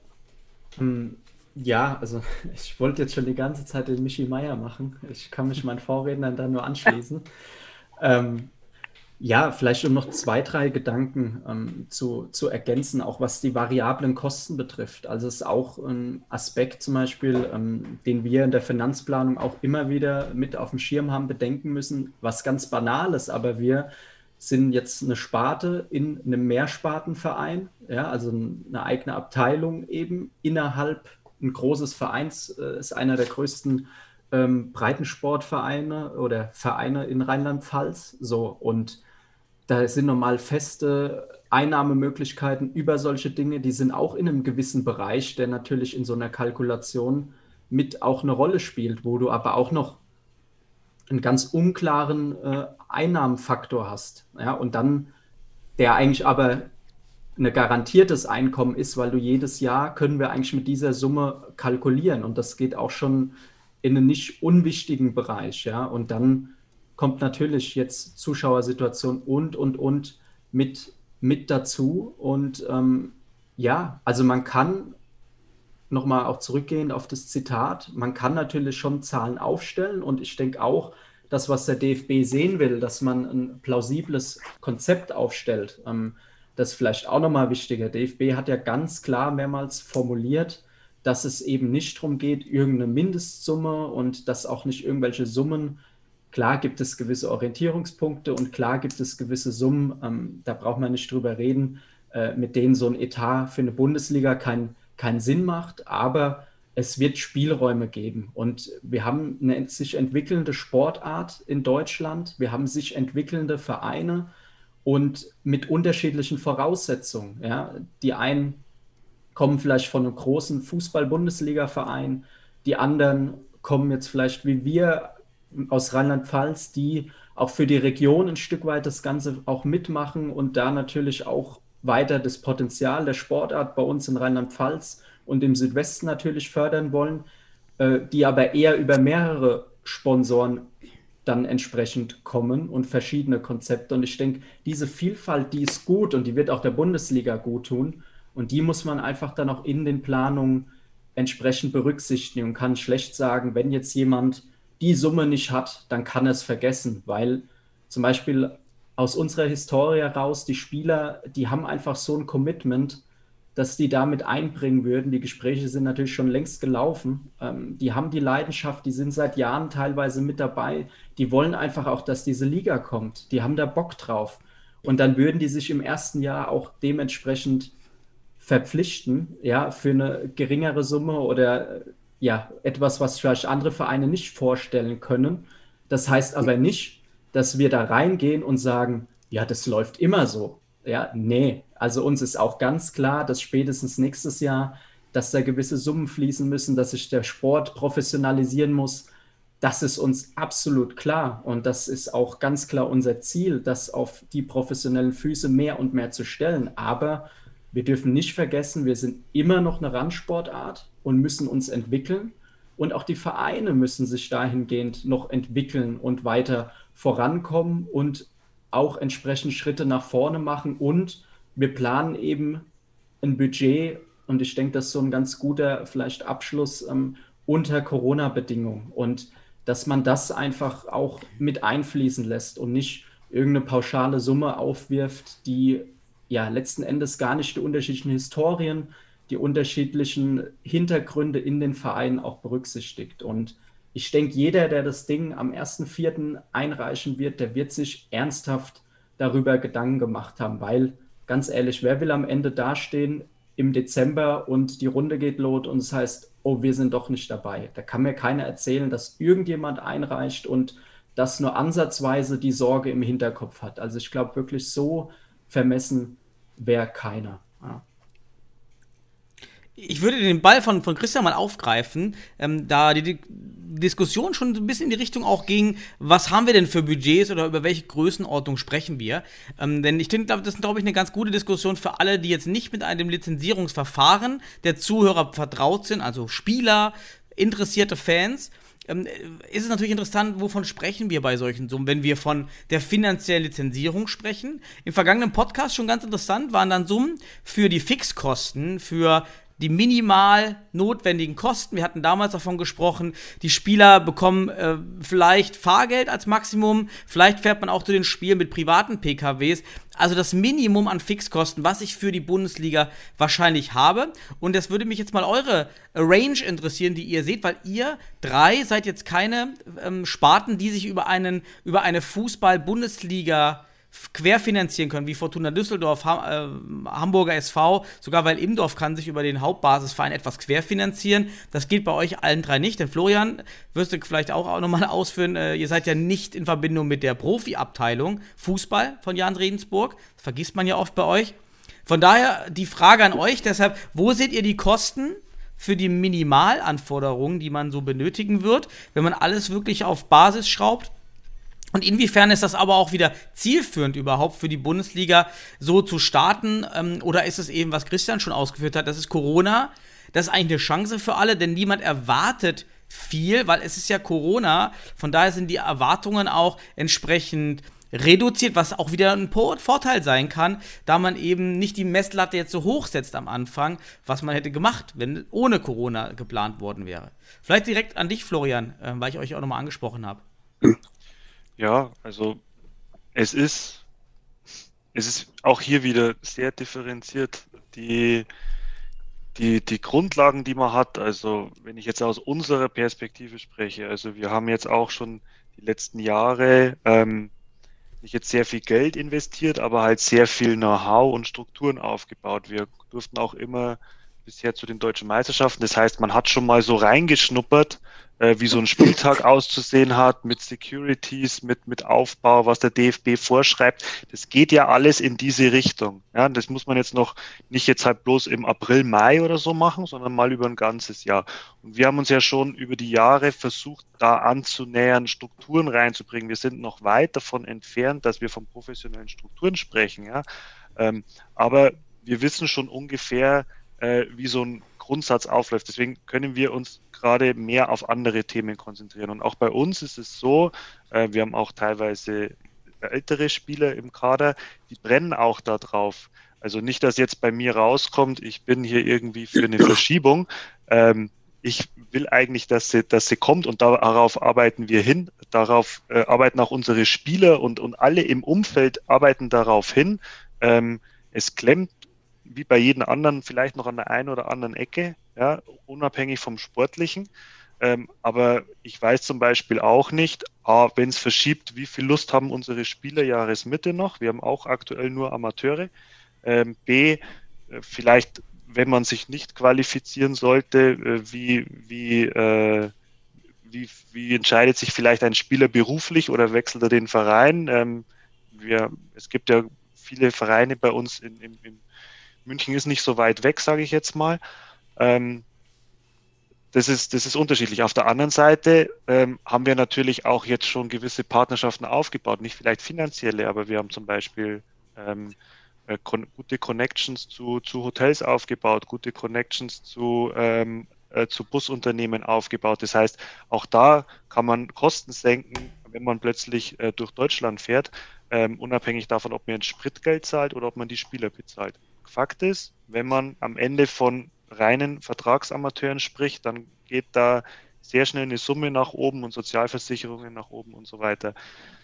S6: Ja, also ich wollte jetzt schon die ganze Zeit den Michi Meier machen. Ich kann mich meinen Vorrednern dann nur anschließen. Ähm, ja, vielleicht um noch zwei, drei Gedanken ähm, zu, zu ergänzen, auch was die variablen Kosten betrifft. Also es ist auch ein Aspekt zum Beispiel, ähm, den wir in der Finanzplanung auch immer wieder mit auf dem Schirm haben, bedenken müssen, was ganz Banales, aber wir sind jetzt eine Sparte in einem Mehrspartenverein, ja, also eine eigene Abteilung eben innerhalb ein großes Vereins, äh, ist einer der größten Ähm, Breitensportvereine oder Vereine in Rheinland-Pfalz. So, und da sind normal feste Einnahmemöglichkeiten über solche Dinge, die sind auch in einem gewissen Bereich, der natürlich in so einer Kalkulation mit auch eine Rolle spielt, wo du aber auch noch einen ganz unklaren äh, Einnahmenfaktor hast. Ja, und dann, der eigentlich aber ein garantiertes Einkommen ist, weil du jedes Jahr können wir eigentlich mit dieser Summe kalkulieren und das geht auch schon in einen nicht unwichtigen Bereich, ja, und dann kommt natürlich jetzt Zuschauersituation und, und, und mit, mit dazu und ähm, ja, also man kann nochmal auch zurückgehend auf das Zitat, man kann natürlich schon Zahlen aufstellen und ich denke auch, das, was der D F B sehen will, dass man ein plausibles Konzept aufstellt, ähm, das ist vielleicht auch nochmal wichtiger. Der D F B hat ja ganz klar mehrmals formuliert, dass es eben nicht darum geht, irgendeine Mindestsumme und dass auch nicht irgendwelche Summen, klar gibt es gewisse Orientierungspunkte und klar gibt es gewisse Summen, ähm, da braucht man nicht drüber reden, äh, mit denen so ein Etat für eine Bundesliga kein, keinen Sinn macht, aber es wird Spielräume geben und wir haben eine sich entwickelnde Sportart in Deutschland, wir haben sich entwickelnde Vereine und mit unterschiedlichen Voraussetzungen. Ja. Die einen kommen vielleicht von einem großen Fußball-Bundesliga-Verein, die anderen kommen jetzt vielleicht wie wir aus Rheinland-Pfalz, die auch für die Region ein Stück weit das Ganze auch mitmachen und da natürlich auch weiter das Potenzial der Sportart bei uns in Rheinland-Pfalz und im Südwesten natürlich fördern wollen, äh, die aber eher über mehrere Sponsoren dann entsprechend kommen und verschiedene Konzepte. Und ich denke, diese Vielfalt, die ist gut und die wird auch der Bundesliga gut tun. Und die muss man einfach dann auch in den Planungen entsprechend berücksichtigen und kann schlecht sagen, wenn jetzt jemand die Summe nicht hat, dann kann er es vergessen, weil zum Beispiel aus unserer Historie heraus, die Spieler, die haben einfach so ein Commitment, dass die damit einbringen würden. Die Gespräche sind natürlich schon längst gelaufen. Ähm, die haben die Leidenschaft, die sind seit Jahren teilweise mit dabei. Die wollen einfach auch, dass diese Liga kommt. Die haben da Bock drauf. Und dann würden die sich im ersten Jahr auch dementsprechend verpflichten, ja, für eine geringere Summe oder ja, etwas, was vielleicht andere Vereine nicht vorstellen können. Das heißt aber nicht, dass wir da reingehen und sagen, ja, das läuft immer so. Ja, nee, also uns ist auch ganz klar, dass spätestens nächstes Jahr, dass da gewisse Summen fließen müssen, dass sich der Sport professionalisieren muss. Das ist uns absolut klar und das ist auch ganz klar unser Ziel, das auf die professionellen Füße mehr und mehr zu stellen. Aber wir dürfen nicht vergessen, wir sind immer noch eine Randsportart und müssen uns entwickeln und auch die Vereine müssen sich dahingehend noch entwickeln und weiter vorankommen und auch entsprechend Schritte nach vorne machen und wir planen eben ein Budget und ich denke, das ist so ein ganz guter vielleicht Abschluss ähm, unter Corona-Bedingungen und dass man das einfach auch mit einfließen lässt und nicht irgendeine pauschale Summe aufwirft, die ja letzten Endes gar nicht die unterschiedlichen Historien, die unterschiedlichen Hintergründe in den Vereinen auch berücksichtigt. Und ich denke, jeder, der das Ding am ersten vierten einreichen wird, der wird sich ernsthaft darüber Gedanken gemacht haben, weil, ganz ehrlich, wer will am Ende dastehen im Dezember und die Runde geht los und es heißt, oh, wir sind doch nicht dabei. Da kann mir keiner erzählen, dass irgendjemand einreicht und das nur ansatzweise die Sorge im Hinterkopf hat. Also ich glaube wirklich, so vermessen wäre keiner. Ja.
S5: Ich würde den Ball von, von Christian mal aufgreifen, ähm, da die, die Diskussion schon ein bisschen in die Richtung auch ging, was haben wir denn für Budgets oder über welche Größenordnung sprechen wir? Ähm, denn ich finde, das ist, glaube ich, eine ganz gute Diskussion für alle, die jetzt nicht mit einem Lizenzierungsverfahren der Zuhörer vertraut sind, also Spieler, interessierte Fans. Ähm, ist es natürlich interessant, wovon sprechen wir bei solchen Summen, wenn wir von der finanziellen Lizenzierung sprechen. Im vergangenen Podcast schon ganz interessant waren dann Summen für die Fixkosten, für die minimal notwendigen Kosten. Wir hatten damals davon gesprochen, die Spieler bekommen äh, vielleicht Fahrgeld als Maximum, vielleicht fährt man auch zu den Spielen mit privaten P K Ws. Also das Minimum an Fixkosten, was ich für die Bundesliga wahrscheinlich habe. Und das würde mich jetzt mal eure Range interessieren, die ihr seht, weil ihr drei seid jetzt keine ähm, Sparten, die sich über einen über eine Fußball-Bundesliga querfinanzieren können, wie Fortuna Düsseldorf, ha- äh, Hamburger S V, sogar weil Imdorf kann sich über den Hauptbasisverein etwas querfinanzieren. Das geht bei euch allen drei nicht, denn Florian, wirst du vielleicht auch, auch nochmal ausführen, äh, ihr seid ja nicht in Verbindung mit der Profi-Abteilung Fußball von Jan Regensburg, das vergisst man ja oft bei euch. Von daher die Frage an euch, deshalb, wo seht ihr die Kosten für die Minimalanforderungen, die man so benötigen wird, wenn man alles wirklich auf Basis schraubt? Und inwiefern ist das aber auch wieder zielführend überhaupt für die Bundesliga so zu starten? Ähm, oder ist es eben, was Christian schon ausgeführt hat, das ist Corona, das ist eigentlich eine Chance für alle, denn niemand erwartet viel, weil es ist ja Corona, von daher sind die Erwartungen auch entsprechend reduziert, was auch wieder ein Vorteil sein kann, da man eben nicht die Messlatte jetzt so hoch setzt am Anfang, was man hätte gemacht, wenn ohne Corona geplant worden wäre. Vielleicht direkt an dich, Florian, äh, weil ich euch auch nochmal angesprochen habe.
S7: Ja, also es ist, es ist auch hier wieder sehr differenziert. Die, die, die Grundlagen, die man hat, also wenn ich jetzt aus unserer Perspektive spreche, also wir haben jetzt auch schon die letzten Jahre ähm, nicht jetzt sehr viel Geld investiert, aber halt sehr viel Know-how und Strukturen aufgebaut. Wir durften auch immer bisher zu den deutschen Meisterschaften. Das heißt, man hat schon mal so reingeschnuppert, äh, wie so ein Spieltag auszusehen hat, mit Securities, mit, mit Aufbau, was der D F B vorschreibt. Das geht ja alles in diese Richtung. Ja, das muss man jetzt noch nicht jetzt halt bloß im April, Mai oder so machen, sondern mal über ein ganzes Jahr. Und wir haben uns ja schon über die Jahre versucht, da anzunähern, Strukturen reinzubringen. Wir sind noch weit davon entfernt, dass wir von professionellen Strukturen sprechen. Ja, ähm, aber wir wissen schon ungefähr, wie so ein Grundsatz aufläuft. Deswegen können wir uns gerade mehr auf andere Themen konzentrieren. Und auch bei uns ist es so, wir haben auch teilweise ältere Spieler im Kader, die brennen auch da drauf. Also nicht, dass jetzt bei mir rauskommt, ich bin hier irgendwie für eine Verschiebung. Ich will eigentlich, dass sie, dass sie kommt und darauf arbeiten wir hin. Darauf arbeiten auch unsere Spieler und, und alle im Umfeld arbeiten darauf hin. Es klemmt wie bei jedem anderen vielleicht noch an der einen oder anderen Ecke, ja, unabhängig vom Sportlichen. Ähm, aber ich weiß zum Beispiel auch nicht, A, wenn es verschiebt, wie viel Lust haben unsere Spieler Jahresmitte noch? Wir haben auch aktuell nur Amateure. Ähm, B, äh, vielleicht, wenn man sich nicht qualifizieren sollte, äh, wie, wie, äh, wie, wie entscheidet sich vielleicht ein Spieler beruflich oder wechselt er den Verein? Ähm, wir, es gibt ja viele Vereine bei uns in, in, in München ist nicht so weit weg, sage ich jetzt mal. Ähm, das ist, das ist unterschiedlich. Auf der anderen Seite ähm, haben wir natürlich auch jetzt schon gewisse Partnerschaften aufgebaut. Nicht vielleicht finanzielle, aber wir haben zum Beispiel ähm, äh, kon- gute Connections zu, zu Hotels aufgebaut, gute Connections zu, ähm, äh, zu Busunternehmen aufgebaut. Das heißt, auch da kann man Kosten senken, wenn man plötzlich äh, durch Deutschland fährt, ähm, unabhängig davon, ob man ein Spritgeld zahlt oder ob man die Spieler bezahlt. Fakt ist, wenn man am Ende von reinen Vertragsamateuren spricht, dann geht da sehr schnell eine Summe nach oben und Sozialversicherungen nach oben und so weiter.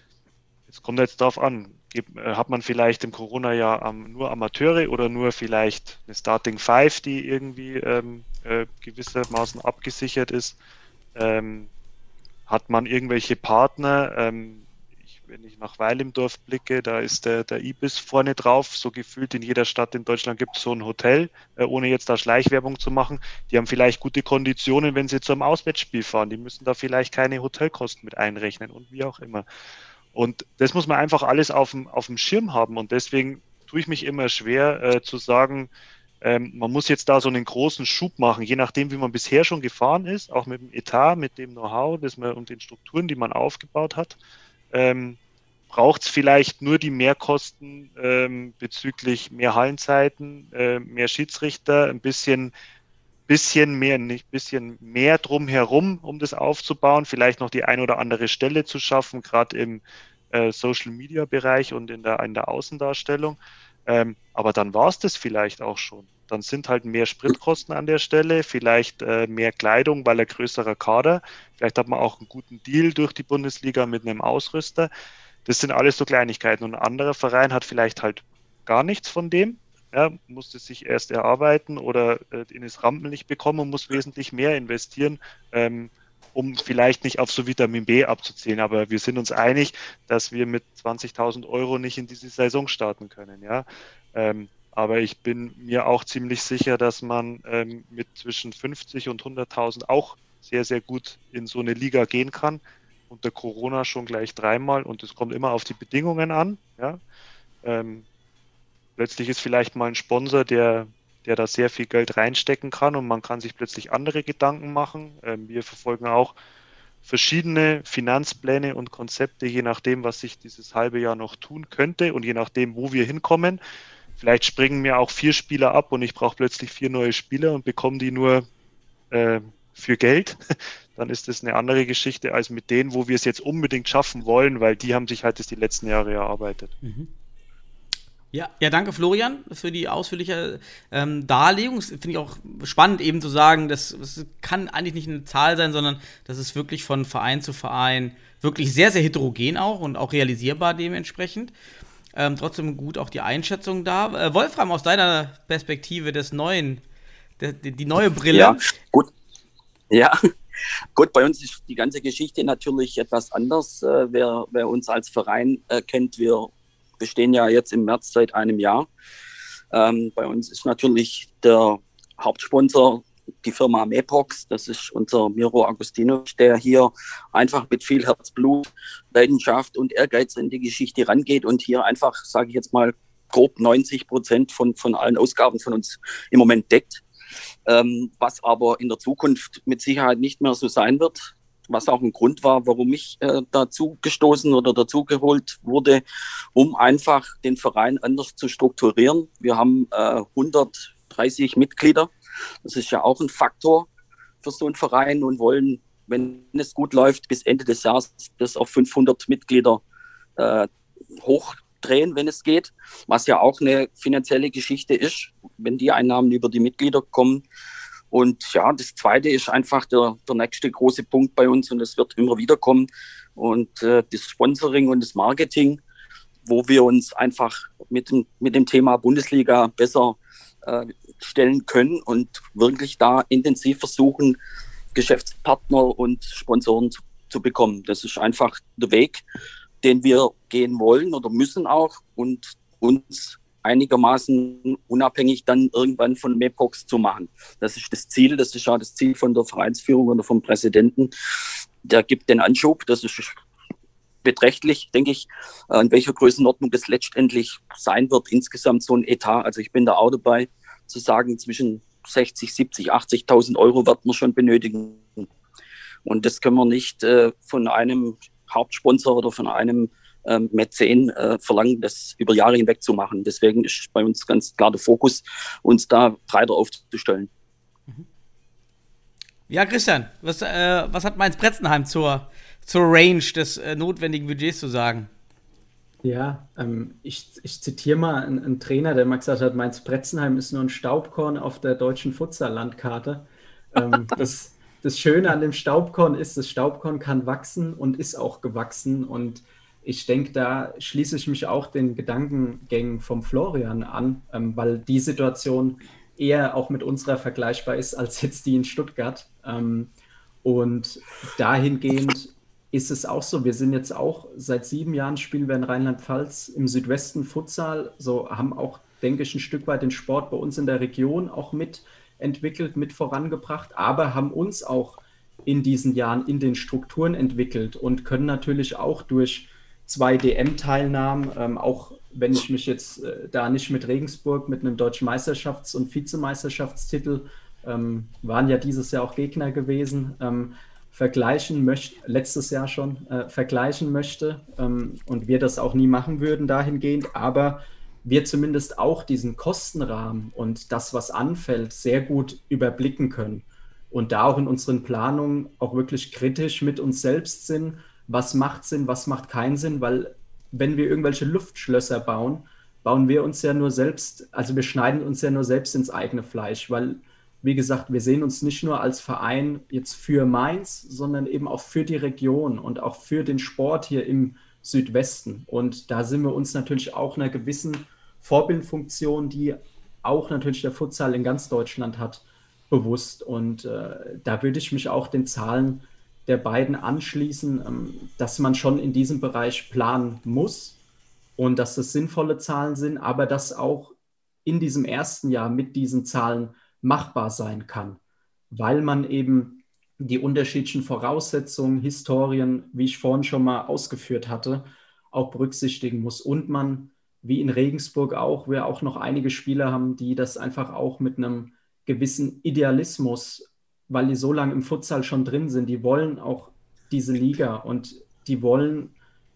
S7: Jetzt kommt jetzt darauf an, hat man vielleicht im Corona-Jahr nur Amateure oder nur vielleicht eine Starting Five, die irgendwie ähm, äh, gewissermaßen abgesichert ist? Ähm, hat man irgendwelche Partner? Ähm, Wenn ich nach Weil im Dorf blicke, da ist der, der Ibis vorne drauf. So gefühlt in jeder Stadt in Deutschland gibt es so ein Hotel, äh, ohne jetzt da Schleichwerbung zu machen. Die haben vielleicht gute Konditionen, wenn sie zum Auswärtsspiel fahren. Die müssen da vielleicht keine Hotelkosten mit einrechnen und wie auch immer. Und das muss man einfach alles auf dem, auf dem Schirm haben. Und deswegen tue ich mich immer schwer äh, zu sagen, ähm, man muss jetzt da so einen großen Schub machen, je nachdem, wie man bisher schon gefahren ist, auch mit dem Etat, mit dem Know-how das man, und den Strukturen, die man aufgebaut hat. Ähm, braucht es vielleicht nur die Mehrkosten ähm, bezüglich mehr Hallenzeiten, äh, mehr Schiedsrichter, ein bisschen, bisschen mehr, nicht bisschen mehr drumherum, um das aufzubauen, vielleicht noch die ein oder andere Stelle zu schaffen, gerade im äh, Social-Media-Bereich und in der, in der Außendarstellung. Ähm, aber dann war es das vielleicht auch schon. Dann sind halt mehr Spritkosten an der Stelle, vielleicht äh, mehr Kleidung, weil ein größerer Kader. Vielleicht hat man auch einen guten Deal durch die Bundesliga mit einem Ausrüster. Das sind alles so Kleinigkeiten. Und ein anderer Verein hat vielleicht halt gar nichts von dem, ja, musste sich erst erarbeiten oder äh, in das Rampenlicht bekommen und muss wesentlich mehr investieren, ähm, um vielleicht nicht auf so Vitamin B abzuzählen. Aber wir sind uns einig, dass wir mit zwanzigtausend Euro nicht in diese Saison starten können. Ja. Ähm, Aber ich bin mir auch ziemlich sicher, dass man ähm, mit zwischen fünfzig und hunderttausend auch sehr, sehr gut in so eine Liga gehen kann. Unter Corona schon gleich dreimal und es kommt immer auf die Bedingungen an. Ja? Ähm, plötzlich ist vielleicht mal ein Sponsor, der, der da sehr viel Geld reinstecken kann und man kann sich plötzlich andere Gedanken machen. Ähm, wir verfolgen auch verschiedene Finanzpläne und Konzepte, je nachdem, was sich dieses halbe Jahr noch tun könnte und je nachdem, wo wir hinkommen. Vielleicht springen mir auch vier Spieler ab und ich brauche plötzlich vier neue Spieler und bekomme die nur äh, für Geld. Dann ist das eine andere Geschichte als mit denen, wo wir es jetzt unbedingt schaffen wollen, weil die haben sich halt das die letzten Jahre erarbeitet.
S5: Mhm. Ja, ja, danke Florian für die ausführliche ähm, Darlegung. Das finde ich auch spannend eben zu sagen, das, das kann eigentlich nicht eine Zahl sein, sondern das ist wirklich von Verein zu Verein wirklich sehr, sehr heterogen auch und auch realisierbar dementsprechend. Ähm, trotzdem gut auch die Einschätzung da. Äh, Wolfram, aus deiner Perspektive des neuen die, die neue Brille.
S8: Ja, gut. Ja, gut, bei uns ist die ganze Geschichte natürlich etwas anders. Äh, wer, wer uns als Verein äh, kennt, wir bestehen ja jetzt im März seit einem Jahr. Ähm, bei uns ist natürlich der Hauptsponsor die Firma Mepox. Das ist unser Miro Agustinovic, der hier einfach mit viel Herzblut, Leidenschaft und Ehrgeiz in die Geschichte rangeht und hier einfach, sage ich jetzt mal, grob neunzig Prozent von, von allen Ausgaben von uns im Moment deckt. Ähm, was aber in der Zukunft mit Sicherheit nicht mehr so sein wird, was auch ein Grund war, warum ich äh, dazu gestoßen oder dazu geholt wurde, um einfach den Verein anders zu strukturieren. Wir haben äh, hundertdreißig Mitglieder, das ist ja auch ein Faktor für so einen Verein, und wollen, wenn es gut läuft, bis Ende des Jahres das auf fünfhundert Mitglieder äh, hochdrehen, wenn es geht, was ja auch eine finanzielle Geschichte ist, wenn die Einnahmen über die Mitglieder kommen. Und ja, das Zweite ist einfach der, der nächste große Punkt bei uns, und es wird immer wieder kommen, und äh, das Sponsoring und das Marketing, wo wir uns einfach mit dem, mit dem Thema Bundesliga besser äh, stellen können und wirklich da intensiv versuchen, Geschäftspartner und Sponsoren zu, zu bekommen. Das ist einfach der Weg, den wir gehen wollen oder müssen auch, und uns einigermaßen unabhängig dann irgendwann von Mepox zu machen. Das ist das Ziel, das ist ja das Ziel von der Vereinsführung oder vom Präsidenten. Der gibt den Anschub, das ist beträchtlich, denke ich, in welcher Größenordnung das letztendlich sein wird, insgesamt so ein Etat. Also ich bin da auch dabei, zu sagen, zwischen sechzig, siebzig, achtzigtausend Euro wird man schon benötigen. Und das können wir nicht äh, von einem Hauptsponsor oder von einem ähm, Mäzen äh, verlangen, das über Jahre hinweg zu machen. Deswegen ist bei uns ganz klar der Fokus, uns da breiter aufzustellen.
S5: Ja, Christian, was, äh, was hat Mainz-Bretzenheim zur, zur Range des äh, notwendigen Budgets zu sagen?
S6: Ja, ähm, ich, ich zitiere mal einen, einen Trainer, der mal gesagt hat, Mainz-Bretzenheim ist nur ein Staubkorn auf der deutschen Futsal-Landkarte. Ähm, das, das Schöne an dem Staubkorn ist, das Staubkorn kann wachsen und ist auch gewachsen. Und ich denke, da schließe ich mich auch den Gedankengängen vom Florian an, ähm, weil die Situation eher auch mit unserer vergleichbar ist als jetzt die in Stuttgart. Ähm, und dahingehend ist es auch so, wir sind jetzt auch seit sieben Jahren spielen wir in Rheinland-Pfalz im Südwesten Futsal, so haben auch, denke ich, ein Stück weit den Sport bei uns in der Region auch mitentwickelt, mit vorangebracht, aber haben uns auch in diesen Jahren in den Strukturen entwickelt und können natürlich auch durch zwei D M-Teilnahmen, ähm, auch wenn ich mich jetzt äh, da nicht mit Regensburg, mit einem deutschen Meisterschafts- und Vizemeisterschaftstitel, ähm, waren ja dieses Jahr auch Gegner gewesen, ähm, vergleichen möchte, letztes Jahr schon, äh, vergleichen möchte ähm, und wir das auch nie machen würden dahingehend, aber wir zumindest auch diesen Kostenrahmen und das, was anfällt, sehr gut überblicken können und da auch in unseren Planungen auch wirklich kritisch mit uns selbst sind, was macht Sinn, was macht keinen Sinn, weil wenn wir irgendwelche Luftschlösser bauen, bauen wir uns ja nur selbst, also wir schneiden uns ja nur selbst ins eigene Fleisch, weil wie gesagt, wir sehen uns nicht nur als Verein jetzt für Mainz, sondern eben auch für die Region und auch für den Sport hier im Südwesten. Und da sind wir uns natürlich auch einer gewissen Vorbildfunktion, die auch natürlich der Futsal in ganz Deutschland hat, bewusst. Und äh, da würde ich mich auch den Zahlen der beiden anschließen, ähm, dass man schon in diesem Bereich planen muss und dass das sinnvolle Zahlen sind, aber dass auch in diesem ersten Jahr mit diesen Zahlen machbar sein kann, weil man eben die unterschiedlichen Voraussetzungen, Historien, wie ich vorhin schon mal ausgeführt hatte, auch berücksichtigen muss. Und man, wie in Regensburg auch, wir auch noch einige Spieler haben, die das einfach auch mit einem gewissen Idealismus, weil die so lange im Futsal schon drin sind, die wollen auch diese Liga und die wollen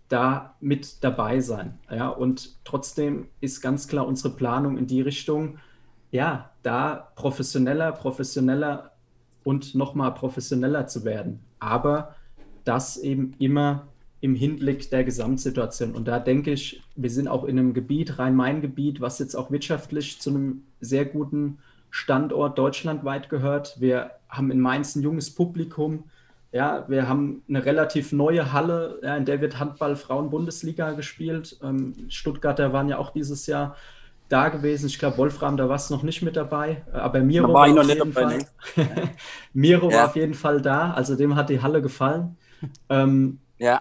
S6: da mit dabei sein. Ja? Und trotzdem ist ganz klar unsere Planung in die Richtung, ja, da professioneller, professioneller und nochmal professioneller zu werden. Aber das eben immer im Hinblick der Gesamtsituation. Und da denke ich, wir sind auch in einem Gebiet, Rhein-Main-Gebiet, was jetzt auch wirtschaftlich zu einem sehr guten Standort deutschlandweit gehört. Wir haben in Mainz ein junges Publikum. Ja, wir haben eine relativ neue Halle, ja, in der wird Handball-Frauen-Bundesliga gespielt. Ähm, Stuttgarter waren ja auch dieses Jahr da gewesen. Ich glaube, Wolfram, da warst du noch nicht mit dabei, aber Miro
S8: Da
S6: war,
S8: war ich noch
S6: auf
S8: nicht
S6: jeden
S8: dabei,
S6: Fall. Miro
S8: Ja.
S6: war auf jeden Fall da, also dem hat die Halle gefallen. Ähm,
S8: Ja,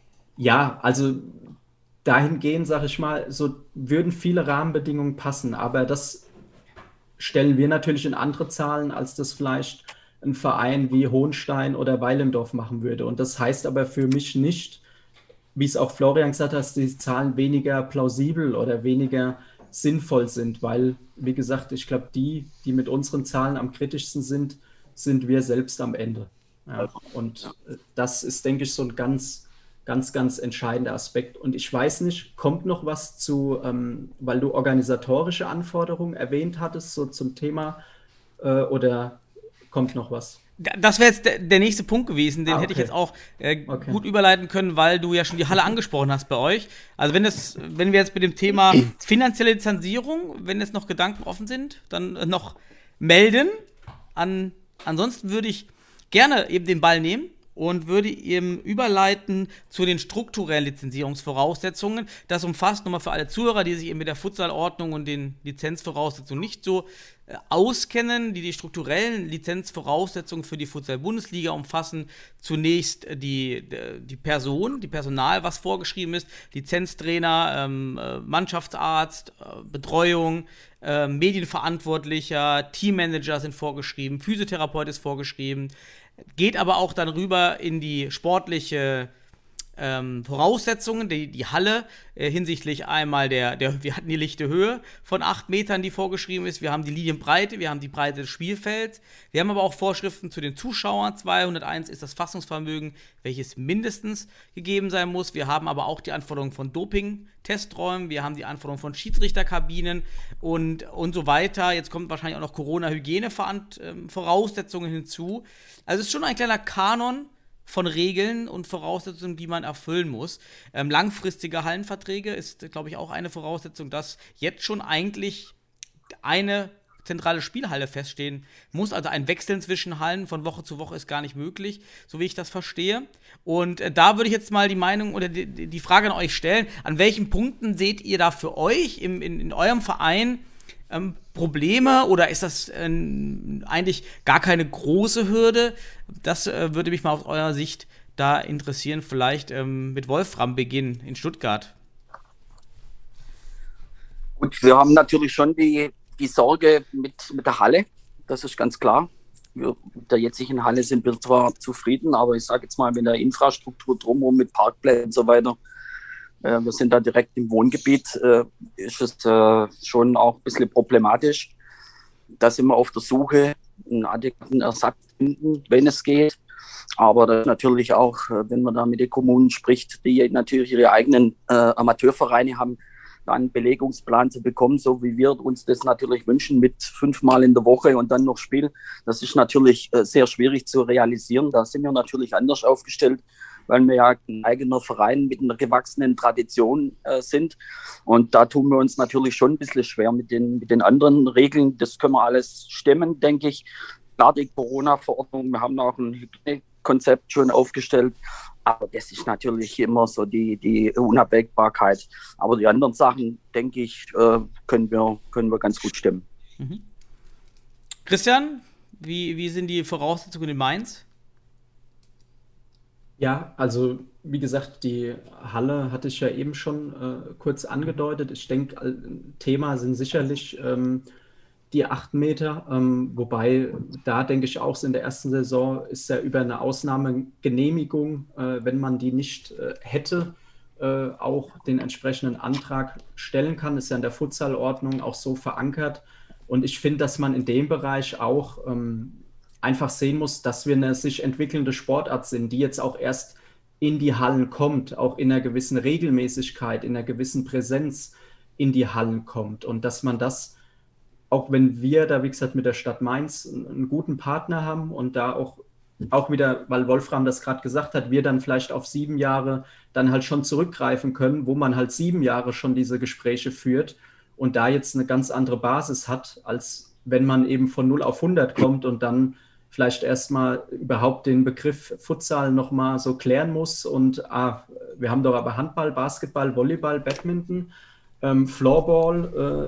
S6: ja, also dahingehend, sage ich mal, so würden viele Rahmenbedingungen passen, aber das stellen wir natürlich in andere Zahlen, als das vielleicht ein Verein wie Hohenstein oder Weilendorf machen würde. Und das heißt aber für mich nicht, wie es auch Florian gesagt hat, dass die Zahlen weniger plausibel oder weniger sinnvoll sind, weil, wie gesagt, ich glaube, die, die mit unseren Zahlen am kritischsten sind, sind wir selbst am Ende. Ja, und äh, das ist, denke ich, so ein ganz, ganz, ganz entscheidender Aspekt. Und ich weiß nicht, kommt noch was zu, ähm, weil du organisatorische Anforderungen erwähnt hattest, so zum Thema, äh, oder kommt noch was?
S5: Das wäre jetzt der, der nächste Punkt gewesen, den
S6: Ah,
S5: hätte ich
S6: okay.
S5: jetzt auch äh,
S6: Okay.
S5: gut überleiten können, weil du ja schon die Halle angesprochen hast bei euch. Also wenn es, wenn wir jetzt mit dem Thema finanzielle Lizenzierung, wenn jetzt noch Gedanken offen sind, dann äh, noch melden. An, ansonsten würde ich gerne eben den Ball nehmen und würde eben überleiten zu den strukturellen Lizenzierungsvoraussetzungen. Das umfasst nochmal für alle Zuhörer, die sich eben mit der Futsalordnung und den Lizenzvoraussetzungen nicht so äh, auskennen. Die, die strukturellen Lizenzvoraussetzungen für die Futsal-Bundesliga umfassen zunächst die, die Person, die Personal, was vorgeschrieben ist, Lizenztrainer, ähm, äh, Mannschaftsarzt, äh, Betreuung, äh, Medienverantwortlicher, Teammanager sind vorgeschrieben, Physiotherapeut ist vorgeschrieben, geht aber auch dann rüber in die sportliche ähm, Voraussetzungen, die, die Halle äh, hinsichtlich einmal der, der, wir hatten die lichte Höhe von acht Metern, die vorgeschrieben ist, wir haben die Linienbreite, wir haben die Breite des Spielfelds, wir haben aber auch Vorschriften zu den Zuschauern, zweihunderteins ist das Fassungsvermögen, welches mindestens gegeben sein muss, wir haben aber auch die Anforderungen von Doping-Testräumen, wir haben die Anforderungen von Schiedsrichterkabinen und, und so weiter, jetzt kommt wahrscheinlich auch noch Corona-Hygiene-Voraussetzungen hinzu, also es ist schon ein kleiner Kanon von Regeln und Voraussetzungen, die man erfüllen muss. Ähm, langfristige Hallenverträge ist, glaube ich, auch eine Voraussetzung, dass jetzt schon eigentlich eine zentrale Spielhalle feststehen muss. Also ein Wechseln zwischen Hallen von Woche zu Woche ist gar nicht möglich, so wie ich das verstehe. Und äh, da würde ich jetzt mal die Meinung oder die, die Frage an euch stellen, an welchen Punkten seht ihr da für euch im, in, in eurem Verein Ähm, Probleme oder ist das äh, eigentlich gar keine große Hürde? Das äh, würde mich mal aus eurer Sicht da interessieren. Vielleicht ähm, mit Wolfram beginnen in Stuttgart.
S8: gut, wir haben natürlich schon die, die Sorge mit, mit der Halle, das ist ganz klar. Wir, mit der jetzigen Halle sind wir zwar zufrieden, aber ich sage jetzt mal mit der Infrastruktur drumherum, mit Parkplätzen und so weiter, äh, wir sind da direkt im Wohngebiet, äh, ist es äh, schon auch ein bisschen problematisch. Da sind wir auf der Suche, einen adäquaten Ersatz finden, wenn es geht. Aber das natürlich auch, wenn man da mit den Kommunen spricht, die natürlich ihre eigenen äh, Amateurvereine haben, da einen Belegungsplan zu bekommen, so wie wir uns das natürlich wünschen, mit fünfmal in der Woche und dann noch Spiel. Das ist natürlich äh, sehr schwierig zu realisieren. Da sind wir natürlich anders aufgestellt, weil wir ja ein eigener Verein mit einer gewachsenen Tradition äh, sind. Und da tun wir uns natürlich schon ein bisschen schwer mit den, mit den anderen Regeln. Das können wir alles stemmen, denke ich. Klar, die Corona-Verordnung, wir haben auch ein Hygienekonzept schon aufgestellt. Aber das ist natürlich immer so die, die Unabwägbarkeit. Aber die anderen Sachen, denke ich, äh, können wir, können wir ganz gut stemmen.
S5: Mhm. Christian, wie, wie sind die Voraussetzungen in Mainz?
S6: Ja, also wie gesagt, die Halle hatte ich ja eben schon äh, kurz angedeutet. Ich denke, ein Thema sind sicherlich ähm, die acht Meter, ähm, wobei da denke ich auch, in der ersten Saison ist ja über eine Ausnahmegenehmigung, äh, wenn man die nicht äh, hätte, äh, auch den entsprechenden Antrag stellen kann. Ist ja in der Futsalordnung auch so verankert. Und ich finde, dass man in dem Bereich auch ähm, einfach sehen muss, dass wir eine sich entwickelnde Sportart sind, die jetzt auch erst in die Hallen kommt, auch in einer gewissen Regelmäßigkeit, in einer gewissen Präsenz in die Hallen kommt. Und dass man das, auch wenn wir da, wie gesagt, mit der Stadt Mainz einen guten Partner haben und da auch, auch wieder, weil Wolfram das gerade gesagt hat, wir dann vielleicht auf sieben Jahre dann halt schon zurückgreifen können, wo man halt sieben Jahre schon diese Gespräche führt und da jetzt eine ganz andere Basis hat, als wenn man eben von null auf hundert kommt und dann vielleicht erstmal überhaupt den Begriff Futsal nochmal so klären muss. Und ah, wir haben doch aber Handball, Basketball, Volleyball, Badminton, ähm, Floorball,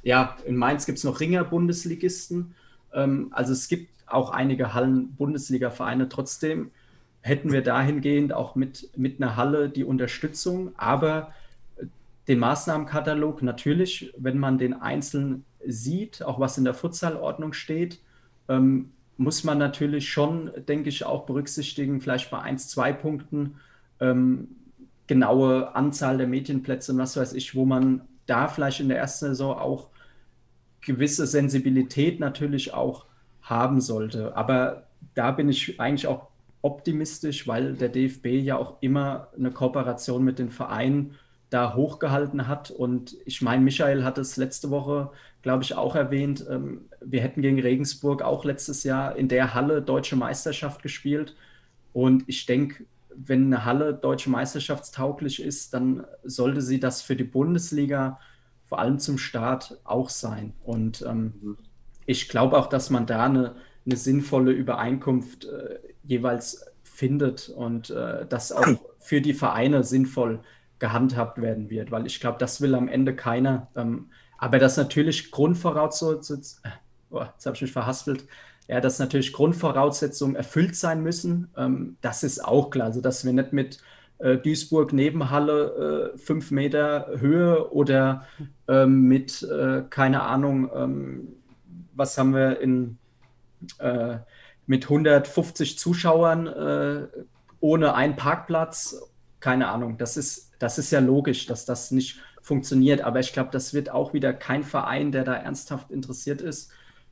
S6: ja, in Mainz gibt es noch Ringer-Bundesligisten. Ähm, also es gibt auch einige Hallen-Bundesliga-Vereine. Trotzdem hätten wir dahingehend auch mit, mit einer Halle die Unterstützung, aber den Maßnahmenkatalog natürlich, wenn man den einzeln sieht, auch was in der Futsalordnung steht, ähm, muss man natürlich schon, denke ich, auch berücksichtigen, vielleicht bei eins, zwei Punkten, ähm, genaue Anzahl der Medienplätze und was weiß ich, wo man da vielleicht in der ersten Saison auch gewisse Sensibilität natürlich auch haben sollte. Aber da bin ich eigentlich auch optimistisch, weil der D F B ja auch immer eine Kooperation mit den Vereinen da hochgehalten hat. Und ich meine, Michael hat es letzte Woche, glaube ich, auch erwähnt, ähm, wir hätten gegen Regensburg auch letztes Jahr in der Halle Deutsche Meisterschaft gespielt. Und ich denke, wenn eine Halle deutsche Meisterschaftstauglich ist, dann sollte sie das für die Bundesliga vor allem zum Start auch sein. Und ähm, ich glaube auch, dass man da eine, eine sinnvolle Übereinkunft äh, jeweils findet und äh, das auch für die Vereine sinnvoll gehandhabt werden wird, weil ich glaube, das will am Ende keiner. Ähm, aber das natürlich Grundvoraussetzung, äh, oh, jetzt habe ich mich verhaspelt, ja, dass natürlich Grundvoraussetzungen erfüllt sein müssen, ähm, das ist auch klar. Also, dass wir nicht mit äh, Duisburg Nebenhalle äh, fünf Meter Höhe oder ähm, mit, äh, keine Ahnung, ähm, was haben wir in, äh, mit hundertfünfzig Zuschauern äh, ohne einen Parkplatz, keine Ahnung, das ist, das ist ja logisch, dass das nicht funktioniert, aber ich glaube, das wird auch wieder kein Verein, der da ernsthaft interessiert ist,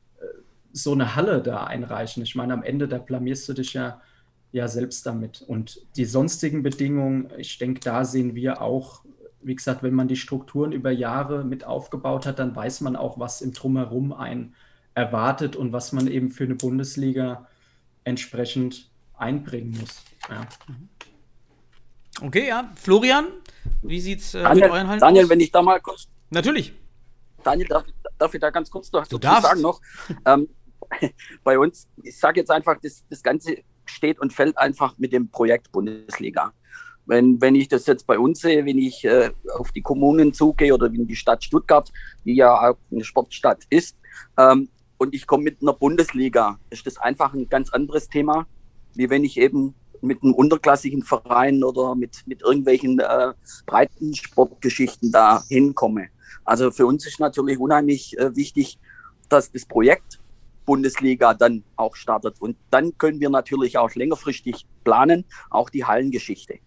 S6: so eine Halle da einreichen. Ich meine, am Ende, da blamierst du dich ja, ja selbst damit. Und die sonstigen Bedingungen, ich denke, da sehen wir auch, wie gesagt, wenn man die Strukturen über Jahre mit aufgebaut hat, dann weiß man auch, was im Drumherum einen erwartet und was man eben für eine Bundesliga entsprechend einbringen muss. Ja.
S5: Okay, ja. Florian, wie sieht's äh,
S8: Daniel,
S5: mit euren Hallen
S8: Daniel,
S5: aus?
S8: wenn ich da mal kurz...
S5: Natürlich.
S8: Daniel, darf, darf ich da ganz kurz noch
S5: Du
S8: dazu
S5: darfst.
S8: sagen noch? Ähm, bei uns, ich sage jetzt einfach, das, das Ganze steht und fällt einfach mit dem Projekt Bundesliga. Wenn, wenn ich das jetzt bei uns sehe, wenn ich äh, auf die Kommunen zugehe oder in die Stadt Stuttgart, die ja auch eine Sportstadt ist, ähm, und ich komme mit einer Bundesliga, ist das einfach ein ganz anderes Thema, wie wenn ich eben mit einem unterklassigen Verein oder mit, mit irgendwelchen äh, Breitensportgeschichten da hinkomme. Also für uns ist natürlich unheimlich äh, wichtig, dass das Projekt Bundesliga dann auch startet. Und dann können wir natürlich auch längerfristig planen, auch die Hallengeschichte.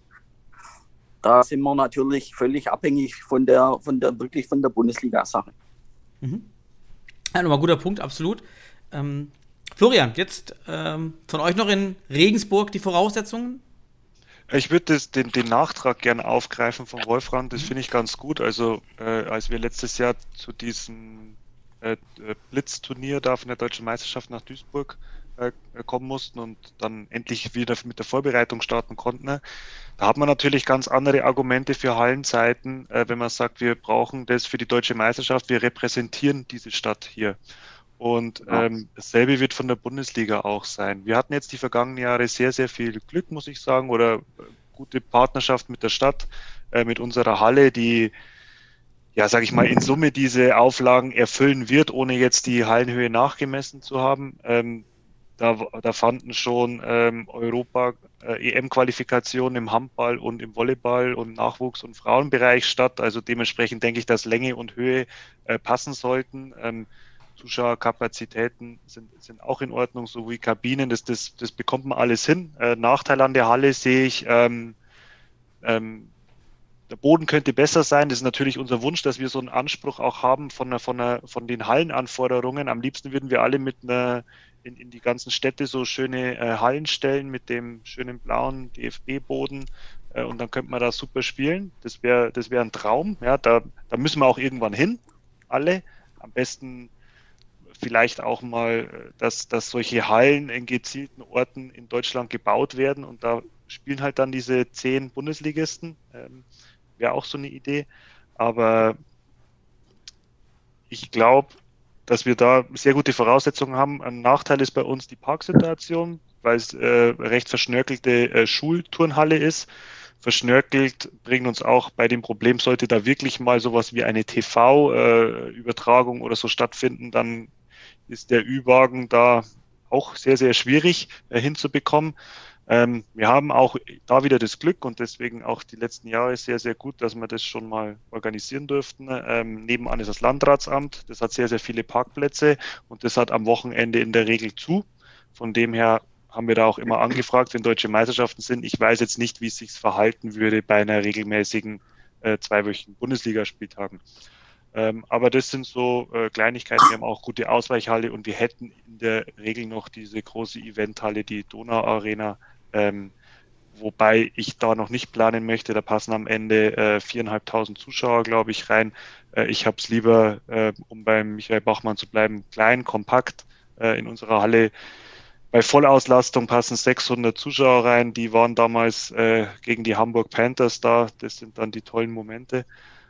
S8: Da sind wir natürlich völlig abhängig von der, von der wirklich von der Bundesliga-Sache.
S5: Mhm. Ja, nochmal guter Punkt, absolut. Ähm, Florian, jetzt ähm, von euch noch in Regensburg die Voraussetzungen?
S7: Ich würde den, den Nachtrag gerne aufgreifen von Wolfram, das finde ich ganz gut. Also äh, als wir letztes Jahr zu diesem äh, Blitzturnier da von der Deutschen Meisterschaft nach Duisburg äh, kommen mussten und dann endlich wieder mit der Vorbereitung starten konnten, ne? Da hat man natürlich ganz andere Argumente für Hallenzeiten, äh, wenn man sagt, wir brauchen das für die Deutsche Meisterschaft, wir repräsentieren diese Stadt hier. Und ähm, dasselbe wird von der Bundesliga auch sein. Wir hatten jetzt die vergangenen Jahre sehr, sehr viel Glück, muss ich sagen, oder gute Partnerschaft mit der Stadt, äh, mit unserer Halle, die, ja, sage ich mal, in Summe diese Auflagen erfüllen wird, ohne jetzt die Hallenhöhe nachgemessen zu haben. Ähm, da, da fanden schon ähm, Europa, äh, E M-Qualifikationen im Handball und im Volleyball und Nachwuchs- und Frauenbereich statt. Also dementsprechend denke ich, dass Länge und Höhe äh, passen sollten. Ähm, Zuschauerkapazitäten sind, sind auch in Ordnung, so wie Kabinen, das, das, das bekommt man alles hin. Äh, Nachteil an der Halle sehe ich, ähm, ähm, der Boden könnte besser sein. Das ist natürlich unser Wunsch, dass wir so einen Anspruch auch haben von, einer, von, einer, von den Hallenanforderungen. Am liebsten würden wir alle mit einer, in, in die ganzen Städte so schöne äh, Hallen stellen mit dem schönen blauen D F B-Boden äh, und dann könnte man da super spielen. Das wäre das wär ein Traum. Ja, da, da müssen wir auch irgendwann hin, alle. Am besten vielleicht auch mal, dass, dass solche Hallen in gezielten Orten in Deutschland gebaut werden und da spielen halt dann diese zehn Bundesligisten. Ähm, wäre auch so eine Idee. Aber ich glaube, dass wir da sehr gute Voraussetzungen haben. Ein Nachteil ist bei uns die Parksituation, weil es äh, recht verschnörkelte äh, Schulturnhalle ist. verschnörkelt, bringt uns auch bei dem Problem, sollte da wirklich mal sowas wie eine T V-Übertragung äh, oder so stattfinden, dann ist der Ü-Wagen da auch sehr, sehr schwierig äh, hinzubekommen. Ähm, wir haben auch da wieder das Glück und deswegen auch die letzten Jahre sehr, sehr gut, dass wir das schon mal organisieren durften. Ähm, nebenan ist das Landratsamt, das hat sehr, sehr viele Parkplätze und das hat am Wochenende in der Regel zu. Von dem her haben wir da auch immer angefragt, wenn deutsche Meisterschaften sind. Ich weiß jetzt nicht, wie es sich verhalten würde bei einer regelmäßigen äh, zweiwöchigen Bundesligaspieltagen. Ähm, aber das sind so äh, Kleinigkeiten. Wir haben auch gute Ausweichhalle und wir hätten in der Regel noch diese große Eventhalle, die Donau Arena, ähm, wobei ich da noch nicht planen möchte. Da passen am Ende äh, viereinhalbtausend Zuschauer, glaube ich, rein. Äh, ich habe es lieber, äh, um beim Michael Bachmann zu bleiben, klein, kompakt äh, in unserer Halle. Bei Vollauslastung passen sechshundert Zuschauer rein. Die waren damals äh, gegen die Hamburg Panthers da. Das sind dann die tollen Momente.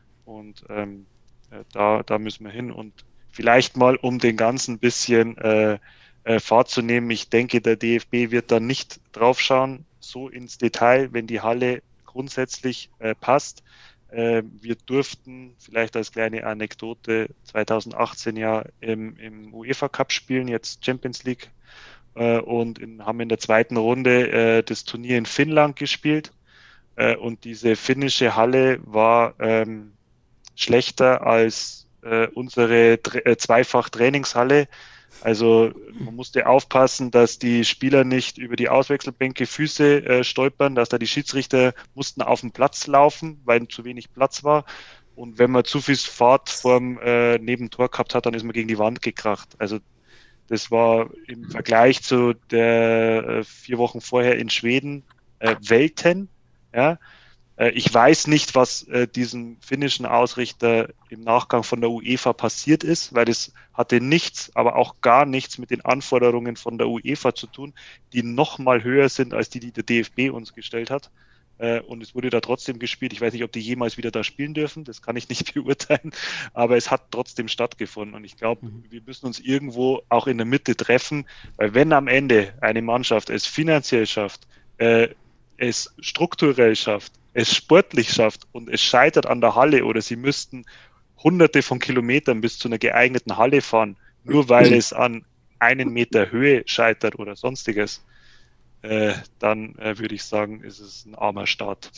S7: Und ähm, Da, da müssen wir hin und vielleicht mal, um den ganzen bisschen äh, äh, Fahrt zu nehmen, ich denke, der D F B wird da nicht drauf schauen, so ins Detail, wenn die Halle grundsätzlich äh, passt. Äh, wir durften, vielleicht als kleine Anekdote, zweitausendachtzehn ja im, im UEFA Cup spielen, jetzt Champions League äh, und in, haben in der zweiten Runde äh, das Turnier in Finnland gespielt äh, und diese finnische Halle war ähm, schlechter als äh, unsere äh, Zweifach-Trainingshalle. Also man musste aufpassen, dass die Spieler nicht über die Auswechselbänke Füße äh, stolpern, dass da die Schiedsrichter mussten auf den Platz laufen, weil zu wenig Platz war. Und wenn man zu viel Fahrt vorm äh, Nebentor gehabt hat, dann ist man gegen die Wand gekracht. Also das war im Vergleich zu der äh, vier Wochen vorher in Schweden äh, Welten, ja. Ich weiß nicht, was äh, diesem finnischen Ausrichter im Nachgang von der UEFA passiert ist, weil das hatte nichts, aber auch gar nichts mit den Anforderungen von der UEFA zu tun, die noch mal höher sind als die, die der D F B uns gestellt hat. Äh, und es wurde da trotzdem gespielt. Ich weiß nicht, ob die jemals wieder da spielen dürfen, das kann ich nicht beurteilen, aber es hat trotzdem stattgefunden. Und ich glaube, mhm. wir müssen uns irgendwo auch in der Mitte treffen, weil wenn am Ende eine Mannschaft es finanziell schafft, äh, es strukturell schafft, es sportlich schafft und es scheitert an der Halle oder sie müssten hunderte von Kilometern bis zu einer geeigneten Halle fahren, nur weil es an einen Meter Höhe scheitert oder sonstiges, äh, dann äh, würde ich sagen, ist es ein armer Staat.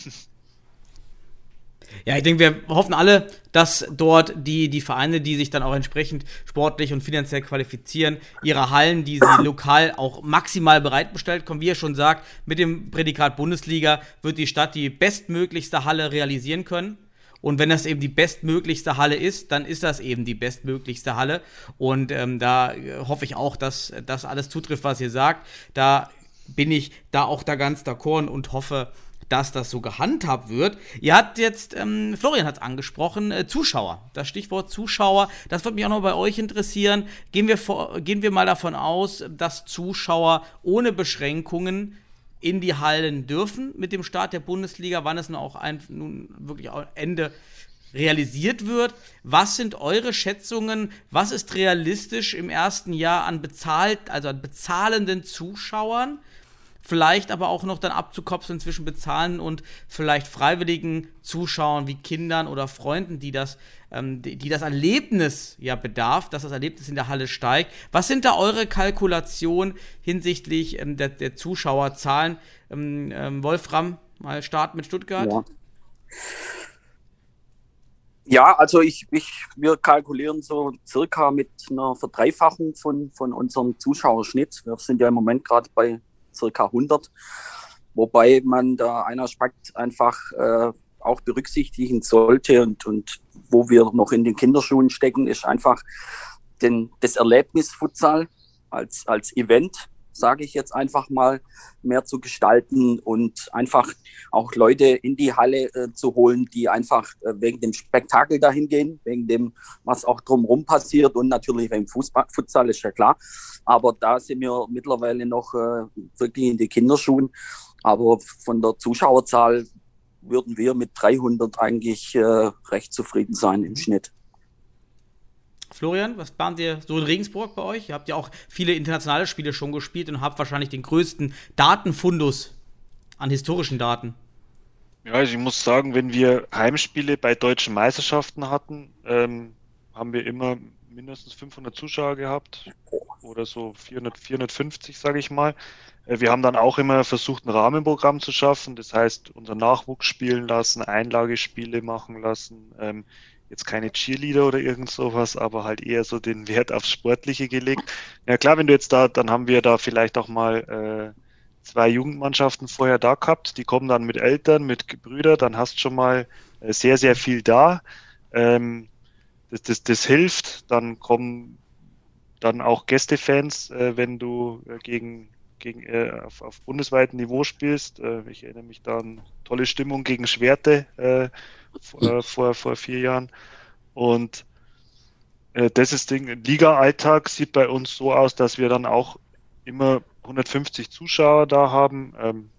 S5: Ja, ich denke, wir hoffen alle, dass dort die, die Vereine, die sich dann auch entsprechend sportlich und finanziell qualifizieren, ihre Hallen, die sie lokal auch maximal bereitbestellt kommen. Wie ihr schon sagt, mit dem Prädikat Bundesliga wird die Stadt die bestmöglichste Halle realisieren können. Und wenn das eben die bestmöglichste Halle ist, dann ist das eben die bestmöglichste Halle. Und ähm, da hoffe ich auch, dass das alles zutrifft, was ihr sagt. Da bin ich da auch da ganz d'accord und hoffe, dass das so gehandhabt wird. Ihr habt jetzt, ähm, Florian hat es angesprochen, äh, Zuschauer. Das Stichwort Zuschauer, das würde mich auch noch bei euch interessieren. Gehen wir, vor, gehen wir mal davon aus, dass Zuschauer ohne Beschränkungen in die Hallen dürfen mit dem Start der Bundesliga, wann es nun auch ein, nun wirklich auch Ende realisiert wird. Was sind eure Schätzungen? Was ist realistisch im ersten Jahr an bezahlt, also an bezahlenden Zuschauern? Vielleicht aber auch noch dann abzukopseln zwischen bezahlenden und vielleicht freiwilligen Zuschauern wie Kindern oder Freunden, die das, ähm, die, die das Erlebnis ja bedarf, dass das Erlebnis in der Halle steigt. Was sind da eure Kalkulationen hinsichtlich ähm, der, der Zuschauerzahlen? Ähm, ähm, Wolfram, mal starten mit Stuttgart.
S8: Ja, ja also ich, ich, wir kalkulieren so circa mit einer Verdreifachung von, von unserem Zuschauerschnitt. Wir sind ja im Moment gerade bei circa hundert, wobei man da einen Aspekt einfach äh, auch berücksichtigen sollte und, und wo wir noch in den Kinderschuhen stecken, ist einfach den, das Erlebnis Futsal als, als Event, sage ich jetzt einfach mal, mehr zu gestalten und einfach auch Leute in die Halle äh, zu holen, die einfach äh, wegen dem Spektakel dahin gehen, wegen dem, was auch drumherum passiert und natürlich wegen Fußball, Futsal ist ja klar. Aber da sind wir mittlerweile noch äh, wirklich in die Kinderschuhen. Aber von der Zuschauerzahl würden wir mit dreihundert eigentlich äh, recht zufrieden sein im Schnitt.
S5: Florian, was plant ihr so in Regensburg bei euch? Ihr habt ja auch viele internationale Spiele schon gespielt und habt wahrscheinlich den größten Datenfundus an historischen Daten.
S7: Ja, also ich muss sagen, wenn wir Heimspiele bei deutschen Meisterschaften hatten, ähm, haben wir immer mindestens fünfhundert Zuschauer gehabt oder so vierhundert, vierhundertfünfzig, sage ich mal. Äh, wir haben dann auch immer versucht, ein Rahmenprogramm zu schaffen, das heißt, unser Nachwuchs spielen lassen, Einlagespiele machen lassen, ähm, jetzt keine Cheerleader oder irgend sowas, aber halt eher so den Wert aufs Sportliche gelegt. Ja klar, wenn du jetzt da, dann haben wir da vielleicht auch mal äh, zwei Jugendmannschaften vorher da gehabt, die kommen dann mit Eltern, mit Brüdern, dann hast du schon mal äh, sehr, sehr viel da. Ähm, das, das, das hilft, dann kommen dann auch Gästefans, äh, wenn du äh, gegen, gegen äh, auf, auf bundesweitem Niveau spielst. Äh, ich erinnere mich da an tolle Stimmung gegen Schwerte äh, vor, vor, vor vier Jahren. Und äh, das ist Ding. Liga-Alltag sieht bei uns so aus, dass wir dann auch immer hundertfünfzig Zuschauer da haben. Ähm,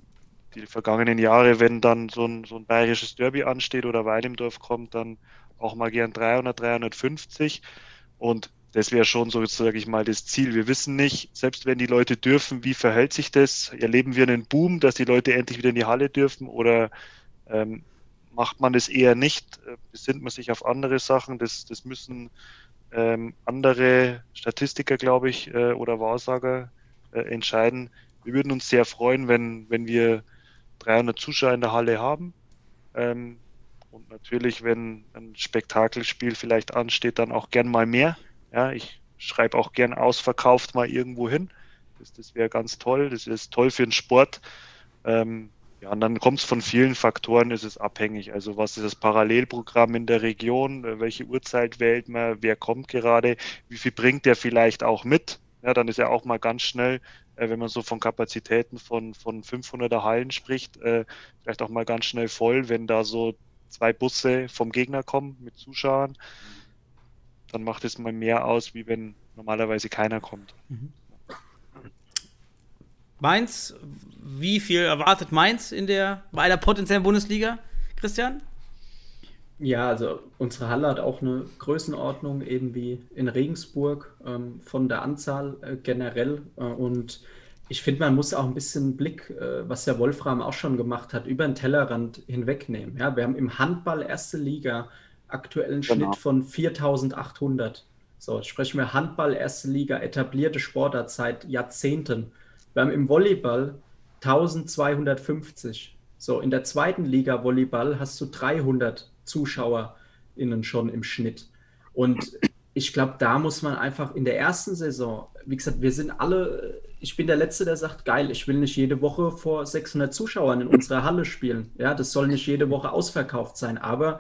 S7: die vergangenen Jahre, wenn dann so ein, so ein bayerisches Derby ansteht oder Weil im Dorf kommt, dann auch mal gern dreihundert, dreihundertfünfzig. Und das wäre schon so, sage ich mal, das Ziel. Wir wissen nicht, selbst wenn die Leute dürfen, wie verhält sich das? Erleben wir einen Boom, dass die Leute endlich wieder in die Halle dürfen oder ähm, macht man das eher nicht? Besinnt man sich auf andere Sachen? Das, das müssen ähm, andere Statistiker, glaube ich, äh, oder Wahrsager äh, entscheiden. Wir würden uns sehr freuen, wenn, wenn wir dreihundert Zuschauer in der Halle haben. Ähm, und natürlich, wenn ein Spektakelspiel vielleicht ansteht, dann auch gern mal mehr. Ja, ich schreibe auch gern ausverkauft mal irgendwo hin. Das, das wäre ganz toll. Das ist toll für den Sport. Ähm, ja, und dann kommt es von vielen Faktoren, ist es abhängig. Also was ist das Parallelprogramm in der Region? Welche Uhrzeit wählt man? Wer kommt gerade? Wie viel bringt der vielleicht auch mit? Ja, dann ist ja auch mal ganz schnell, äh, wenn man so von Kapazitäten von, von fünfhunderter Hallen spricht, äh, vielleicht auch mal ganz schnell voll, wenn da so zwei Busse vom Gegner kommen mit Zuschauern. Dann macht es mal mehr aus, wie wenn normalerweise keiner kommt.
S5: Mhm. Mainz, wie viel erwartet Mainz in der, bei der potenziellen Bundesliga, Christian?
S6: Ja, also unsere Halle hat auch eine Größenordnung, eben wie in Regensburg, ähm, von der Anzahl äh, generell. Äh, und ich finde, man muss auch ein bisschen Blick, äh, was ja Wolfram auch schon gemacht hat, über den Tellerrand hinwegnehmen. Ja, wir haben im Handball erste Liga aktuellen Schnitt
S8: Genau.
S6: von viertausendachthundert. So, jetzt sprechen wir Handball erste Liga, etablierte Sportart seit Jahrzehnten. Wir haben im Volleyball eintausendzweihundertfünfzig. So, in der zweiten Liga Volleyball hast du dreihundert ZuschauerInnen schon im Schnitt. Und ich glaube, da muss man einfach in der ersten Saison, wie gesagt, wir sind alle, ich bin der Letzte, der sagt, geil, ich will nicht jede Woche vor sechshundert Zuschauern in unserer Halle spielen. Ja, das soll nicht jede Woche ausverkauft sein, aber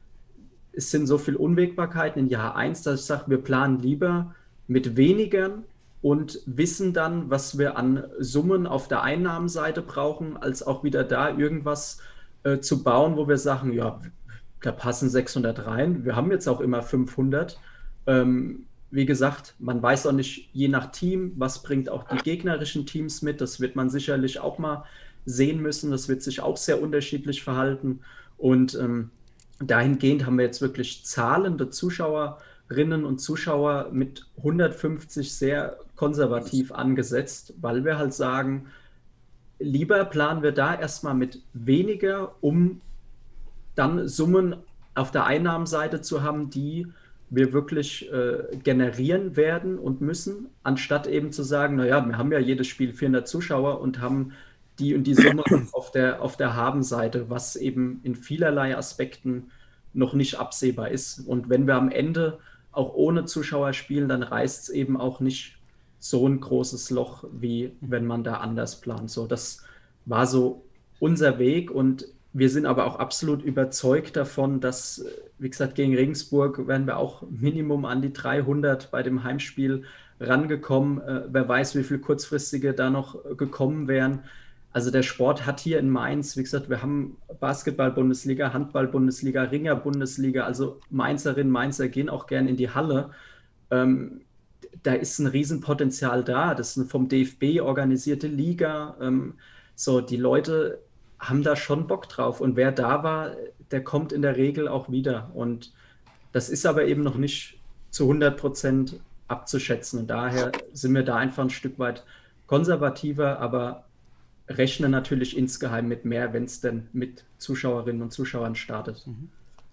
S6: es sind so viele Unwägbarkeiten in Jahr eins, dass ich sage, wir planen lieber mit wenigern und wissen dann, was wir an Summen auf der Einnahmenseite brauchen, als auch wieder da irgendwas äh, zu bauen, wo wir sagen, ja, da passen sechshundert rein. Wir haben jetzt auch immer fünfhundert. Ähm, wie gesagt, man weiß auch nicht, je nach Team, was bringt auch die gegnerischen Teams mit. Das wird man sicherlich auch mal sehen müssen. Das wird sich auch sehr unterschiedlich verhalten. Und ähm, dahingehend haben wir jetzt wirklich zahlende Zuschauerinnen und Zuschauer mit hundertfünfzig sehr konservativ angesetzt, weil wir halt sagen, lieber planen wir da erstmal mit weniger, um dann Summen auf der Einnahmenseite zu haben, die wir wirklich äh, generieren werden und müssen, anstatt eben zu sagen, naja, wir haben ja jedes Spiel vierhundert Zuschauer und haben die und die Summe auf der, auf der Habenseite, was eben in vielerlei Aspekten noch nicht absehbar ist. Und wenn wir am Ende auch ohne Zuschauer spielen, dann reißt es eben auch nicht so ein großes Loch, wie wenn man da anders plant. So, das war so unser Weg und wir sind aber auch absolut überzeugt davon, dass, wie gesagt, gegen Regensburg werden wir auch Minimum an die dreihundert bei dem Heimspiel rangekommen. Äh, wer weiß, wie viele kurzfristige da noch gekommen wären. Also der Sport hat hier in Mainz, wie gesagt, wir haben Basketball-Bundesliga, Handball-Bundesliga, Ringer-Bundesliga, also Mainzerinnen, Mainzer gehen auch gern in die Halle. Ähm, da ist ein Riesenpotenzial da. Das ist eine vom D F B organisierte Liga. Ähm, so, die Leute haben da schon Bock drauf. Und wer da war, der kommt in der Regel auch wieder. Und das ist aber eben noch nicht zu hundert Prozent abzuschätzen. Und daher sind wir da einfach ein Stück weit konservativer, aber rechne natürlich insgeheim mit mehr, wenn es denn mit Zuschauerinnen und Zuschauern startet.
S7: Mhm.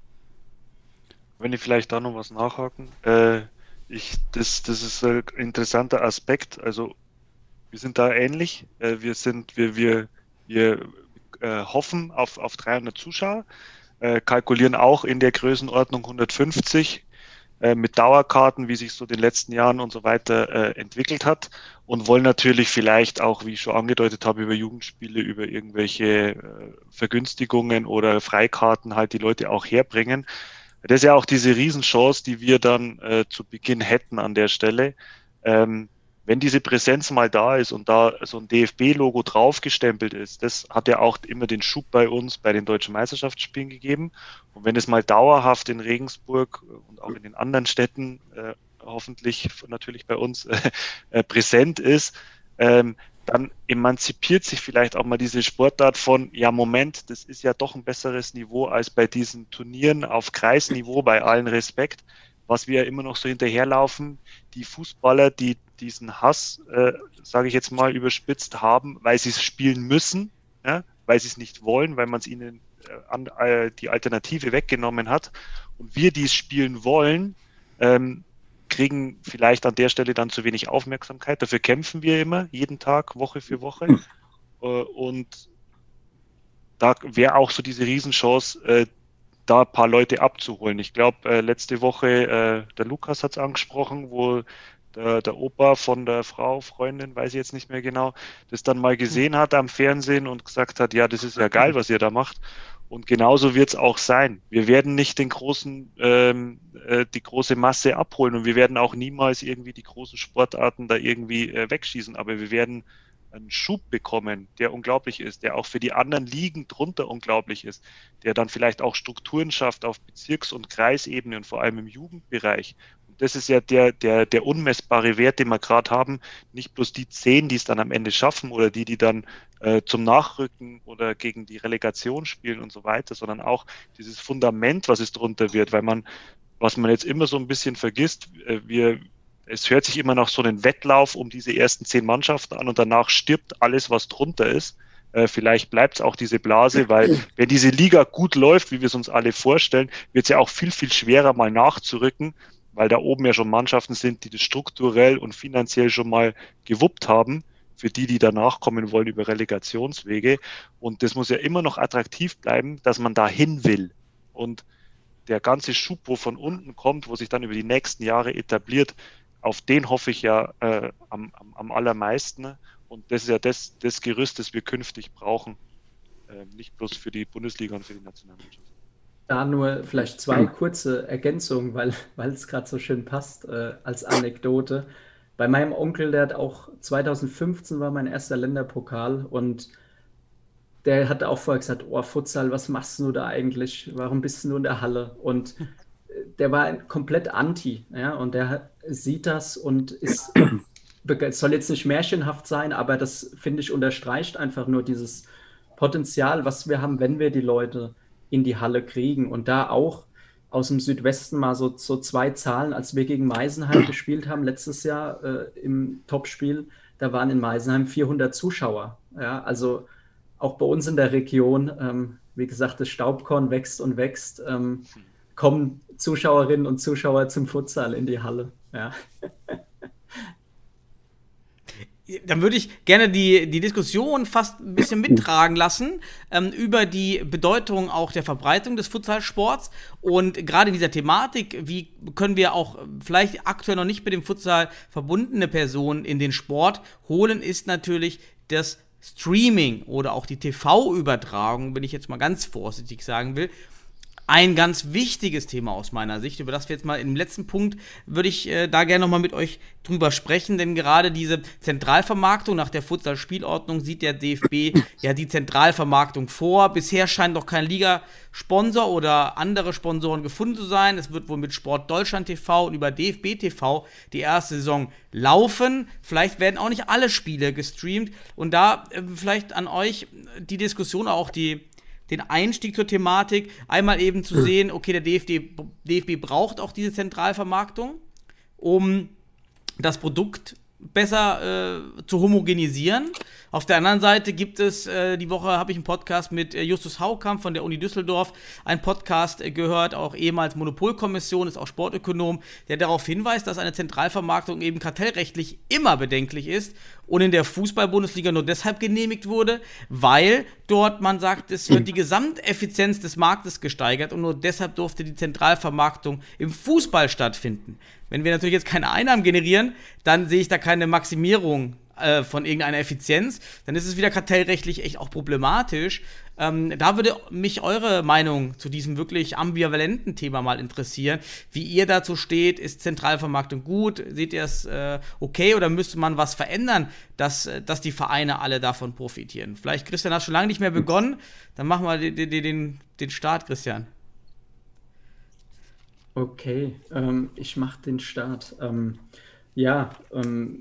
S7: Wenn ich vielleicht da noch was nachhaken, äh, ich, das, das ist ein interessanter Aspekt. Also wir sind da ähnlich. Äh, wir sind, wir, wir, wir äh, hoffen auf, auf dreihundert Zuschauer, äh, kalkulieren auch in der Größenordnung hundertfünfzig äh, mit Dauerkarten, wie sich so den letzten Jahren und so weiter äh, entwickelt hat, und wollen natürlich vielleicht auch, wie ich schon angedeutet habe, über Jugendspiele, über irgendwelche äh, Vergünstigungen oder Freikarten halt die Leute auch herbringen. Das ist ja auch diese Riesenchance, die wir dann äh, zu Beginn hätten an der Stelle. Ähm, wenn diese Präsenz mal da ist und da so ein D F B-Logo draufgestempelt ist, das hat ja auch immer den Schub bei uns bei den Deutschen Meisterschaftsspielen gegeben. Und wenn es mal dauerhaft in Regensburg und auch in den anderen Städten, äh, hoffentlich natürlich bei uns, äh, präsent ist, ähm, dann emanzipiert sich vielleicht auch mal diese Sportart von, ja Moment, das ist ja doch ein besseres Niveau als bei diesen Turnieren auf Kreisniveau, bei allen Respekt, was wir ja immer noch so hinterherlaufen, die Fußballer, die diesen Hass, äh, sage ich jetzt mal überspitzt, haben, weil sie es spielen müssen, ja, weil sie es nicht wollen, weil man es ihnen äh, an, äh, die Alternative weggenommen hat, und wir, die es spielen wollen, ähm, kriegen vielleicht an der Stelle dann zu wenig Aufmerksamkeit. Dafür kämpfen wir immer, jeden Tag, Woche für Woche. Und da wäre auch so diese Riesenchance, da ein paar Leute abzuholen. Ich glaube, letzte Woche, der Lukas hat es angesprochen, wo der, der Opa von der Frau, Freundin, weiß ich jetzt nicht mehr genau, das dann mal gesehen hat am Fernsehen und gesagt hat, ja, das ist ja geil, was ihr da macht. Und genauso wird es auch sein. Wir werden nicht den großen, ähm, äh, die große Masse abholen, und wir werden auch niemals irgendwie die großen Sportarten da irgendwie äh, wegschießen. Aber wir werden einen Schub bekommen, der unglaublich ist, der auch für die anderen Ligen drunter unglaublich ist, der dann vielleicht auch Strukturen schafft auf Bezirks- und Kreisebene und vor allem im Jugendbereich. Und das ist ja der, der, der unmessbare Wert, den wir gerade haben. Nicht bloß die zehn, die es dann am Ende schaffen, oder die, die dann äh, zum Nachrücken oder gegen die Relegation spielen und so weiter, sondern auch dieses Fundament, was es drunter wird, weil man, was man jetzt immer so ein bisschen vergisst, äh, wir, es hört sich immer nach so einem Wettlauf um diese ersten zehn Mannschaften an, und danach stirbt alles, was drunter ist. Äh, vielleicht bleibt es auch diese Blase, weil wenn diese Liga gut läuft, wie wir es uns alle vorstellen, wird es ja auch viel, viel schwerer, mal nachzurücken, weil da oben ja schon Mannschaften sind, die das strukturell und finanziell schon mal gewuppt haben, für die, die danach kommen wollen über Relegationswege. Und das muss ja immer noch attraktiv bleiben, dass man da hin will. Und der ganze Schub, wo von unten kommt, wo sich dann über die nächsten Jahre etabliert, auf den hoffe ich ja äh, am, am, am allermeisten. Und das ist ja das, das Gerüst, das wir künftig brauchen. Äh, nicht bloß für die Bundesliga und für die Nationalmannschaft.
S6: Da nur vielleicht zwei kurze Ergänzungen, weil, weil es gerade so schön passt, äh, als Anekdote. Bei meinem Onkel, der hat auch zweitausendfünfzehn war mein erster Länderpokal, und der hat auch vorher gesagt, oh Futsal, was machst du da eigentlich? Warum bist du in der Halle? Und der war komplett anti, ja, und der sieht das und ist, es soll jetzt nicht märchenhaft sein, aber das, finde ich, unterstreicht einfach nur dieses Potenzial, was wir haben, wenn wir die Leute in die Halle kriegen. Und da auch aus dem Südwesten mal so, so zwei Zahlen, als wir gegen Meisenheim gespielt haben, letztes Jahr äh, im Topspiel, da waren in Meisenheim vierhundert Zuschauer. Ja, also auch bei uns in der Region, ähm, wie gesagt, das Staubkorn wächst und wächst, ähm, kommen Zuschauerinnen und Zuschauer zum Futsal in die Halle. Ja.
S5: Dann würde ich gerne die, die Diskussion fast ein bisschen mittragen lassen ähm, über die Bedeutung auch der Verbreitung des Futsalsports, und gerade in dieser Thematik, wie können wir auch vielleicht aktuell noch nicht mit dem Futsal verbundene Personen in den Sport holen, ist natürlich das Streaming oder auch die T V-Übertragung, wenn ich jetzt mal ganz vorsichtig sagen will. Ein ganz wichtiges Thema aus meiner Sicht, über das wir jetzt mal im letzten Punkt, würde ich äh, da gerne nochmal mit euch drüber sprechen, denn gerade diese Zentralvermarktung nach der Futsal-Spielordnung sieht der D F B ja die Zentralvermarktung vor. Bisher scheint noch kein Liga-Sponsor oder andere Sponsoren gefunden zu sein. Es wird wohl mit Sport Deutschland T V und über D F B T V die erste Saison laufen. Vielleicht werden auch nicht alle Spiele gestreamt, und da äh, vielleicht an euch die Diskussion, auch die den Einstieg zur Thematik, einmal eben zu sehen, okay, der D F B, D F B braucht auch diese Zentralvermarktung, um das Produkt besser äh, zu homogenisieren. Auf der anderen Seite gibt es, äh, die Woche habe ich einen Podcast mit äh, Justus Haukamp von der Uni Düsseldorf, einen Podcast äh, gehört, auch ehemals Monopolkommission, ist auch Sportökonom, der darauf hinweist, dass eine Zentralvermarktung eben kartellrechtlich immer bedenklich ist und in der Fußball-Bundesliga nur deshalb genehmigt wurde, weil dort man sagt, es wird die Gesamteffizienz des Marktes gesteigert und nur deshalb durfte die Zentralvermarktung im Fußball stattfinden. Wenn wir natürlich jetzt keine Einnahmen generieren, dann sehe ich da keine Maximierung äh, von irgendeiner Effizienz. Dann ist es wieder kartellrechtlich echt auch problematisch. Ähm, da würde mich eure Meinung zu diesem wirklich ambivalenten Thema mal interessieren. Wie ihr dazu steht, ist Zentralvermarktung gut? Seht ihr es äh, okay oder müsste man was verändern, dass, dass die Vereine alle davon profitieren? Vielleicht, Christian, hast schon lange nicht mehr begonnen. Dann machen wir den, den, den Start, Christian.
S6: Okay, ähm, ich mache den Start. Ähm, ja, ähm,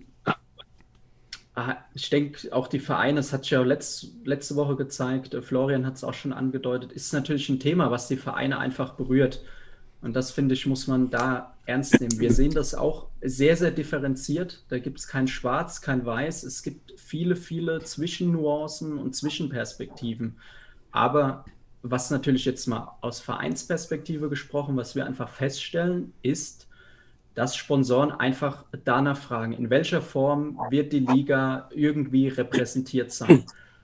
S6: ich denke, auch die Vereine, das hat sich ja letzt, letzte Woche gezeigt, äh, Florian hat es auch schon angedeutet, ist natürlich ein Thema, was die Vereine einfach berührt. Und das, finde ich, muss man da ernst nehmen. Wir sehen das auch sehr, sehr differenziert. Da gibt es kein Schwarz, kein Weiß. Es gibt viele, viele Zwischennuancen und Zwischenperspektiven. Aber was natürlich jetzt mal aus Vereinsperspektive gesprochen, was wir einfach feststellen, ist, dass Sponsoren einfach danach fragen, in welcher Form wird die Liga irgendwie repräsentiert sein.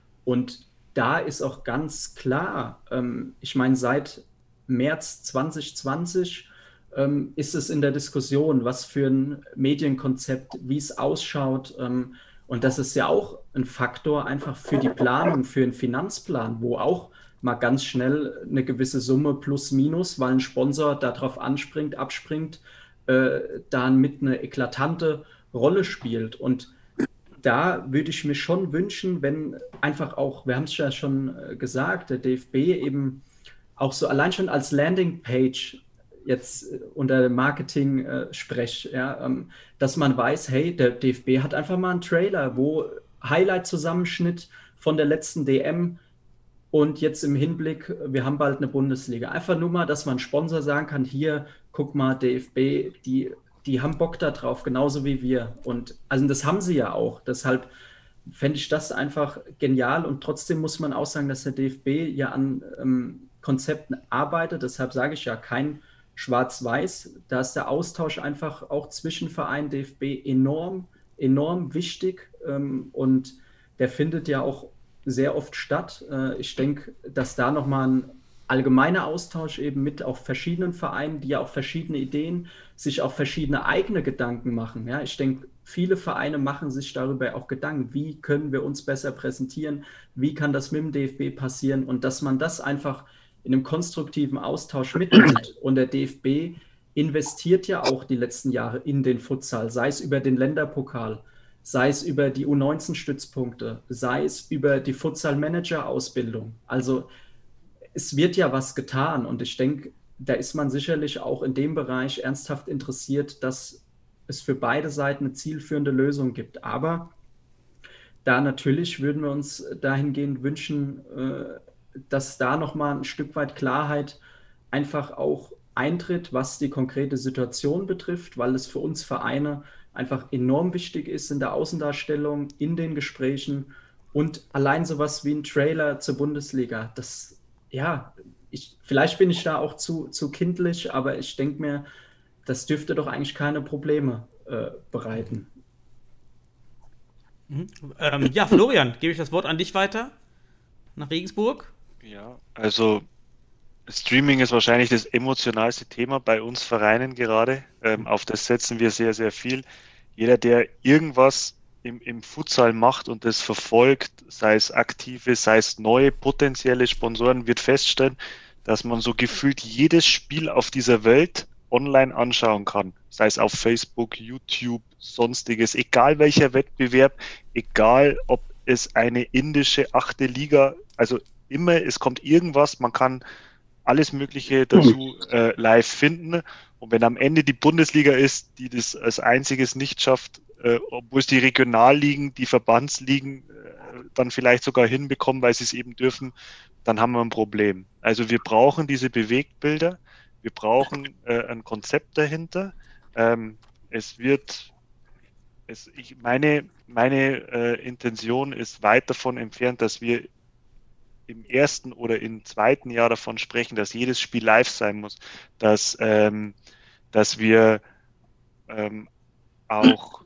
S6: Und da ist auch ganz klar, ähm, ich meine, seit März zwanzig zwanzig ähm, ist es in der Diskussion, was für ein Medienkonzept, wie es ausschaut. Ähm, und das ist ja auch ein Faktor einfach für die Planung, für einen Finanzplan, wo auch mal ganz schnell eine gewisse Summe plus minus, weil ein Sponsor darauf anspringt, abspringt, äh, dann mit eine eklatante Rolle spielt. Und da würde ich mir schon wünschen, wenn einfach auch, wir haben es ja schon gesagt, der D F B eben auch so allein schon als Landingpage jetzt unter Marketing-Sprech, äh, ja, ähm, dass man weiß, hey, der D F B hat einfach mal einen Trailer, wo Highlight-Zusammenschnitt von der letzten D M und jetzt im Hinblick, wir haben bald eine Bundesliga. Einfach nur mal, dass man Sponsor sagen kann, hier, guck mal, D F B, die, die haben Bock da drauf, genauso wie wir. Und also das haben sie ja auch. Deshalb fände ich das einfach genial. Und trotzdem muss man auch sagen, dass der D F B ja an ähm, Konzepten arbeitet. Deshalb sage ich ja, kein Schwarz-Weiß. Da ist der Austausch einfach auch zwischen Verein D F B enorm, enorm wichtig. Ähm, und der findet ja auch sehr oft statt. Ich denke, dass da nochmal ein allgemeiner Austausch eben mit auch verschiedenen Vereinen, die ja auch verschiedene Ideen, sich auch verschiedene eigene Gedanken machen. Ja, ich denke, viele Vereine machen sich darüber auch Gedanken, wie können wir uns besser präsentieren, wie kann das mit dem D F B passieren und dass man das einfach in einem konstruktiven Austausch mitnimmt. Und der D F B investiert ja auch die letzten Jahre in den Futsal, sei es über den Länderpokal, sei es über die U neunzehn Stützpunkte, sei es über die Futsal-Manager-Ausbildung. Also es wird ja was getan und ich denke, da ist man sicherlich auch in dem Bereich ernsthaft interessiert, dass es für beide Seiten eine zielführende Lösung gibt. Aber da natürlich würden wir uns dahingehend wünschen, dass da nochmal ein Stück weit Klarheit einfach auch eintritt, was die konkrete Situation betrifft, weil es für uns Vereine einfach enorm wichtig ist in der Außendarstellung, in den Gesprächen und allein sowas wie ein Trailer zur Bundesliga. Das, ja, ich, vielleicht bin ich da auch zu, zu kindlich, aber ich denke mir, das dürfte doch eigentlich keine Probleme äh, bereiten.
S5: Mhm. Ähm, ja, Florian, gebe ich das Wort an dich weiter nach Regensburg.
S7: Ja, also Streaming ist wahrscheinlich das emotionalste Thema bei uns Vereinen gerade. Ähm, auf das setzen wir sehr, sehr viel. Jeder, der irgendwas im, im Futsal macht und das verfolgt, sei es aktive, sei es neue potenzielle Sponsoren, wird feststellen, dass man so gefühlt jedes Spiel auf dieser Welt online anschauen kann. Sei es auf Facebook, YouTube, sonstiges. Egal welcher Wettbewerb, egal ob es eine indische achte Liga, also immer, es kommt irgendwas, man kann alles Mögliche dazu äh, live finden. Und wenn am Ende die Bundesliga ist, die das als einziges nicht schafft, äh, obwohl es die Regionalligen, die Verbandsligen äh, dann vielleicht sogar hinbekommen, weil sie es eben dürfen, dann haben wir ein Problem. Also wir brauchen diese Bewegtbilder, wir brauchen äh, ein Konzept dahinter. Ähm, es wird es, ich, meine, meine äh, Intention ist weit davon entfernt, dass wir im ersten oder im zweiten Jahr davon sprechen, dass jedes Spiel live sein muss, dass, ähm, dass wir ähm, auch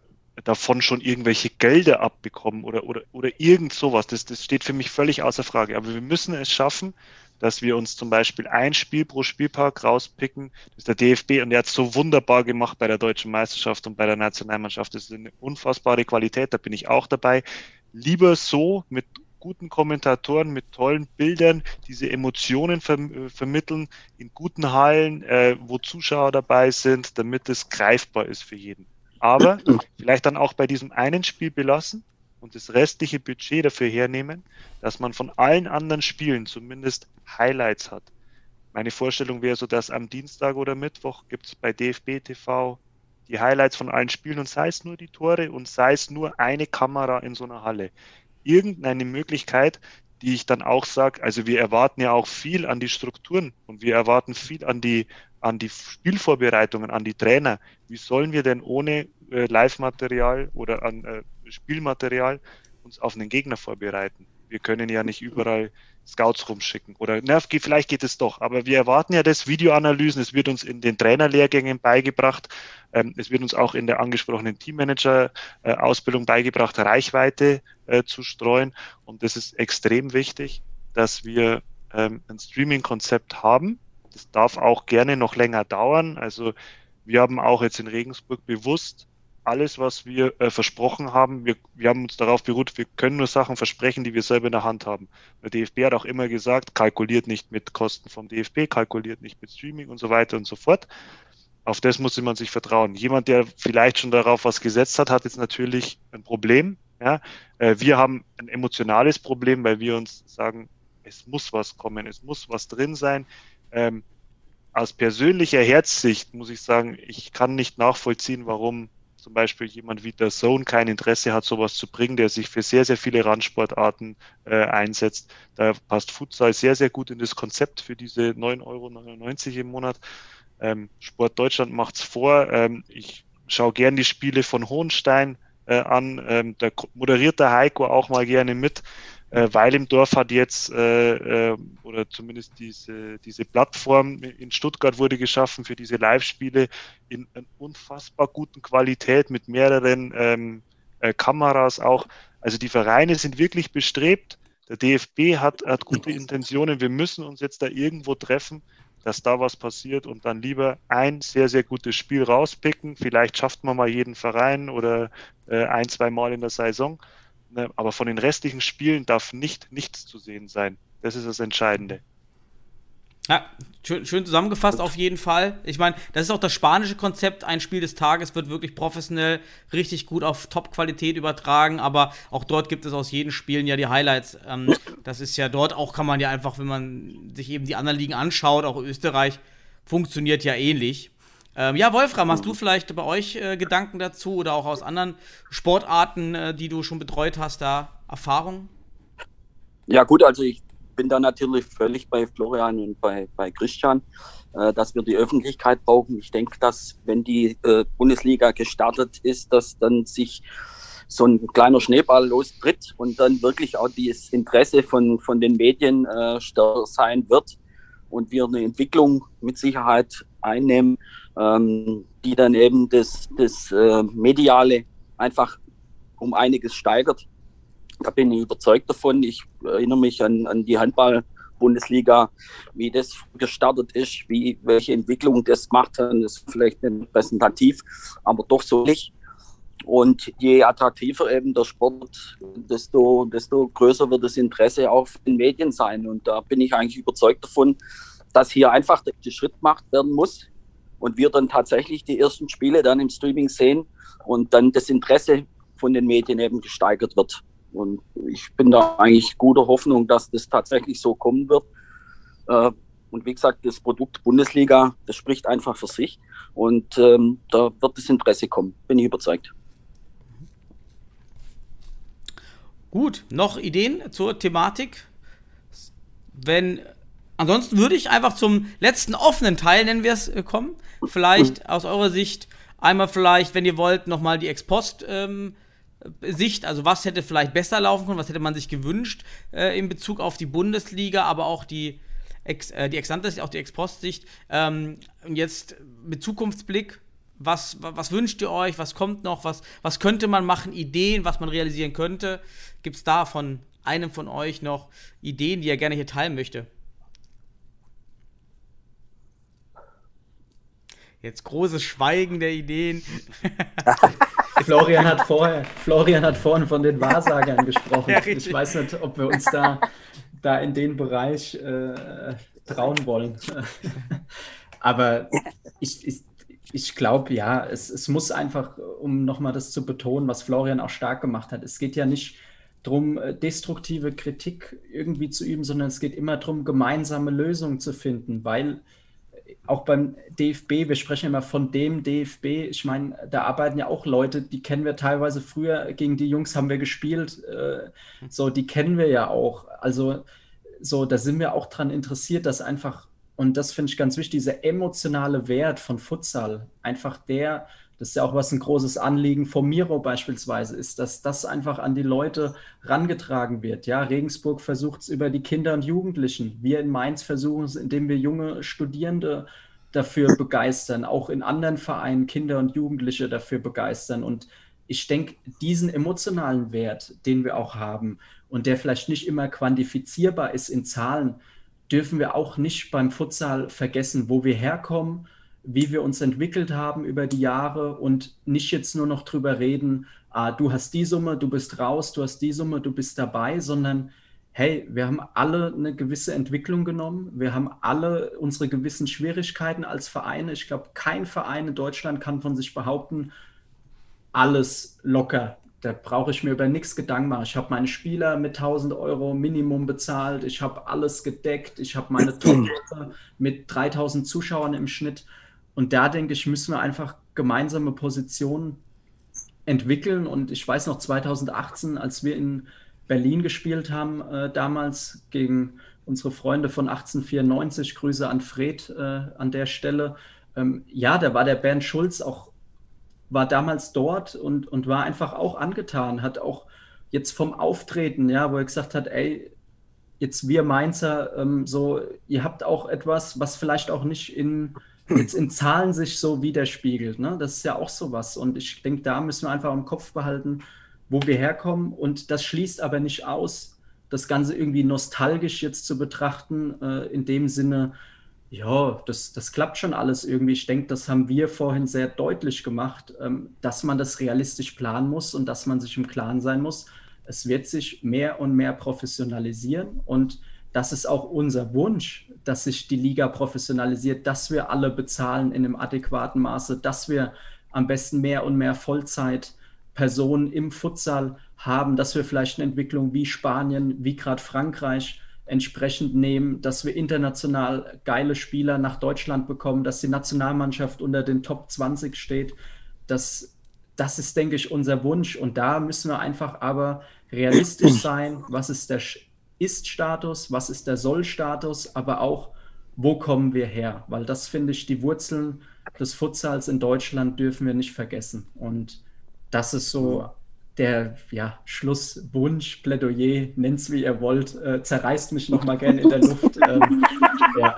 S7: davon schon irgendwelche Gelder abbekommen oder, oder, oder irgend sowas. Das, das steht für mich völlig außer Frage. Aber wir müssen es schaffen, dass wir uns zum Beispiel ein Spiel pro Spielpark rauspicken. Das ist der D F B und der hat es so wunderbar gemacht bei der Deutschen Meisterschaft und bei der Nationalmannschaft. Das ist eine unfassbare Qualität, da bin ich auch dabei. Lieber so mit guten Kommentatoren, mit tollen Bildern, diese Emotionen ver- vermitteln in guten Hallen, äh, wo Zuschauer dabei sind, damit es greifbar ist für jeden. Aber vielleicht dann auch bei diesem einen Spiel belassen und das restliche Budget dafür hernehmen, dass man von allen anderen Spielen zumindest Highlights hat. Meine Vorstellung wäre so, dass am Dienstag oder Mittwoch gibt es bei D F B T V die Highlights von allen Spielen und sei es nur die Tore und sei es nur eine Kamera in so einer Halle. Irgendeine Möglichkeit, die ich dann auch sage, also wir erwarten ja auch viel an die Strukturen und wir erwarten viel an die, an die Spielvorbereitungen, an die Trainer. Wie sollen wir denn ohne äh, Live-Material oder an äh, Spielmaterial uns auf einen Gegner vorbereiten? Wir können ja nicht überall Scouts rumschicken. Oder na, vielleicht geht es doch, aber wir erwarten ja das, Videoanalysen, es wird uns in den Trainerlehrgängen beigebracht, ähm, es wird uns auch in der angesprochenen Teammanager-Ausbildung äh, beigebracht, Reichweite äh, zu streuen und das ist extrem wichtig, dass wir ähm, ein Streaming-Konzept haben. Das darf auch gerne noch länger dauern, also wir haben auch jetzt in Regensburg bewusst alles, was wir äh, versprochen haben, wir, wir haben uns darauf beruht, wir können nur Sachen versprechen, die wir selber in der Hand haben. Der D F B hat auch immer gesagt, kalkuliert nicht mit Kosten vom D F B, kalkuliert nicht mit Streaming und so weiter und so fort. Auf das muss man sich vertrauen. Jemand, der vielleicht schon darauf was gesetzt hat, hat jetzt natürlich ein Problem. Ja? Äh, wir haben ein emotionales Problem, weil wir uns sagen, es muss was kommen, es muss was drin sein. Ähm, aus persönlicher Herzsicht muss ich sagen, ich kann nicht nachvollziehen, warum zum Beispiel jemand wie der Zone kein Interesse hat, sowas zu bringen, der sich für sehr, sehr viele Randsportarten äh, einsetzt. Da passt Futsal sehr, sehr gut in das Konzept für diese neun Euro neunundneunzig im Monat. Ähm, Sport Deutschland macht's vor. Ähm, ich schaue gern die Spiele von Hohenstein äh, an. Ähm, da moderiert der Heiko auch mal gerne mit. Äh, Weil im Dorf hat jetzt, äh, äh, oder zumindest diese, diese Plattform in Stuttgart wurde geschaffen für diese Live-Spiele in einer unfassbar guten Qualität mit mehreren ähm, äh, Kameras auch. Also die Vereine sind wirklich bestrebt. Der D F B hat, hat gute Intentionen. Wir müssen uns jetzt da irgendwo treffen, dass da was passiert und dann lieber ein sehr, sehr gutes Spiel rauspicken. Vielleicht schafft man mal jeden Verein oder äh, ein, zwei Mal in der Saison. Aber von den restlichen Spielen darf nicht nichts zu sehen sein. Das ist das Entscheidende.
S5: Ja, schön, schön zusammengefasst auf jeden Fall. Ich meine, das ist auch das spanische Konzept. Ein Spiel des Tages wird wirklich professionell, richtig gut auf Top-Qualität übertragen. Aber auch dort gibt es aus jedem Spielen ja die Highlights. Ähm, das ist ja dort auch, kann man ja einfach, wenn man sich eben die anderen Ligen anschaut, auch Österreich, funktioniert ja ähnlich. Ähm, ja, Wolfram, hast du vielleicht bei euch äh, Gedanken dazu oder auch aus anderen Sportarten, äh, die du schon betreut hast, da Erfahrungen?
S8: Ja gut, also ich bin da natürlich völlig bei Florian und bei, bei Christian, äh, dass wir die Öffentlichkeit brauchen. Ich denke, dass wenn die äh, Bundesliga gestartet ist, dass dann sich so ein kleiner Schneeball lostritt und dann wirklich auch das Interesse von, von den Medien äh, stärker sein wird und wir eine Entwicklung mit Sicherheit einnehmen, ähm, die dann eben das, das äh, Mediale einfach um einiges steigert. Da bin ich überzeugt davon. Ich erinnere mich an, an die Handball-Bundesliga, wie das gestartet ist, wie, welche Entwicklung das gemacht hat. Das ist vielleicht nicht repräsentativ, aber doch so nicht. Und je attraktiver eben der Sport, desto, desto größer wird das Interesse auf den Medien sein. Und da bin ich eigentlich überzeugt davon, dass hier einfach der Schritt gemacht werden muss und wir dann tatsächlich die ersten Spiele dann im Streaming sehen und dann das Interesse von den Medien eben gesteigert wird. Und ich bin da eigentlich guter Hoffnung, dass das tatsächlich so kommen wird. Und wie gesagt, das Produkt Bundesliga, das spricht einfach für sich und ähm, da wird das Interesse kommen, bin ich überzeugt.
S5: Gut, noch Ideen zur Thematik? Wenn Ansonsten würde ich einfach zum letzten offenen Teil, nennen wir es, kommen. Vielleicht aus eurer Sicht Einmal vielleicht, wenn ihr wollt, nochmal die Ex-Post ähm, Sicht, also was hätte vielleicht besser laufen können, was hätte man sich gewünscht äh, in Bezug auf die Bundesliga, aber auch die Ex, äh, die Ex-Ante-Sicht, auch die Ex-Post-Sicht. Ähm, und jetzt mit Zukunftsblick, was, was wünscht ihr euch, was kommt noch, was, was könnte man machen, Ideen, was man realisieren könnte? Gibt es da von einem von euch noch Ideen, die er gerne hier teilen möchte? Jetzt großes Schweigen der Ideen.
S6: Florian hat vorher, Florian hat vorhin von den Wahrsagern gesprochen.
S5: Ja,
S6: ich weiß nicht, ob wir uns da, da in den Bereich äh, trauen wollen. Aber ich, ich, ich glaube, ja, es, es muss einfach, um nochmal das zu betonen, was Florian auch stark gemacht hat, es geht ja nicht darum, destruktive Kritik irgendwie zu üben, sondern es geht immer darum, gemeinsame Lösungen zu finden, weil auch beim D F B, wir sprechen immer von dem D F B, ich meine, da arbeiten ja auch Leute, die kennen wir teilweise früher, gegen die Jungs haben wir gespielt, äh, so, die kennen wir ja auch, also so, da sind wir auch dran interessiert, dass einfach, und das finde ich ganz wichtig, dieser emotionale Wert von Futsal, einfach der, das ist ja auch was ein großes Anliegen von Miro beispielsweise ist, dass das einfach an die Leute rangetragen wird. Ja, Regensburg versucht es über die Kinder und Jugendlichen. Wir in Mainz versuchen es, indem wir junge Studierende dafür begeistern, auch in anderen Vereinen Kinder und Jugendliche dafür begeistern. Und ich denke, diesen emotionalen Wert, den wir auch haben und der vielleicht nicht immer quantifizierbar ist in Zahlen, dürfen wir auch nicht beim Futsal vergessen, wo wir herkommen, wie wir uns entwickelt haben über die Jahre und nicht jetzt nur noch drüber reden, ah, du hast die Summe, du bist raus, du hast die Summe, du bist dabei, sondern hey, wir haben alle eine gewisse Entwicklung genommen, wir haben alle unsere gewissen Schwierigkeiten als Vereine. Ich glaube, kein Verein in Deutschland kann von sich behaupten, alles locker. Da brauche ich mir über nichts Gedanken machen. Ich habe meine Spieler mit tausend Euro Minimum bezahlt, ich habe alles gedeckt, ich habe meine Top-Gruppe mit dreitausend Zuschauern im Schnitt. Und da, denke ich, müssen wir einfach gemeinsame Positionen entwickeln. Und ich weiß noch, zweitausendachtzehn, als wir in Berlin gespielt haben, äh, damals gegen unsere Freunde von achtzehnhundertvierundneunzig, Grüße an Fred äh, an der Stelle. Ähm, ja, da war der Bernd Schulz auch, war damals dort und, und war einfach auch angetan, hat auch jetzt vom Auftreten, ja, wo er gesagt hat, ey, jetzt wir Mainzer, ähm, so, ihr habt auch etwas, was vielleicht auch nicht in jetzt in Zahlen sich so widerspiegelt. Ne? Das ist ja auch sowas. Und ich denke, da müssen wir einfach im Kopf behalten, wo wir herkommen. Und das schließt aber nicht aus, das Ganze irgendwie nostalgisch jetzt zu betrachten, äh, in dem Sinne, ja, das, das klappt schon alles irgendwie. Ich denke, das haben wir vorhin sehr deutlich gemacht, ähm, dass man das realistisch planen muss und dass man sich im Klaren sein muss. Es wird sich mehr und mehr professionalisieren und das ist auch unser Wunsch, dass sich die Liga professionalisiert, dass wir alle bezahlen in einem adäquaten Maße, dass wir am besten mehr und mehr Vollzeitpersonen im Futsal haben, dass wir vielleicht eine Entwicklung wie Spanien, wie gerade Frankreich entsprechend nehmen, dass wir international geile Spieler nach Deutschland bekommen, dass die Nationalmannschaft unter den Top zwanzig steht. Das, das ist, denke ich, unser Wunsch. Und da müssen wir einfach aber realistisch sein. Was ist der Ist-Status, was ist der Soll-Status, aber auch, wo kommen wir her? Weil das, finde ich, die Wurzeln des Futsals in Deutschland dürfen wir nicht vergessen. Und das ist so der ja, Schlusswunsch, Plädoyer, nennt es wie ihr wollt, äh, zerreißt mich noch mal gerne in der Luft. ähm, ja.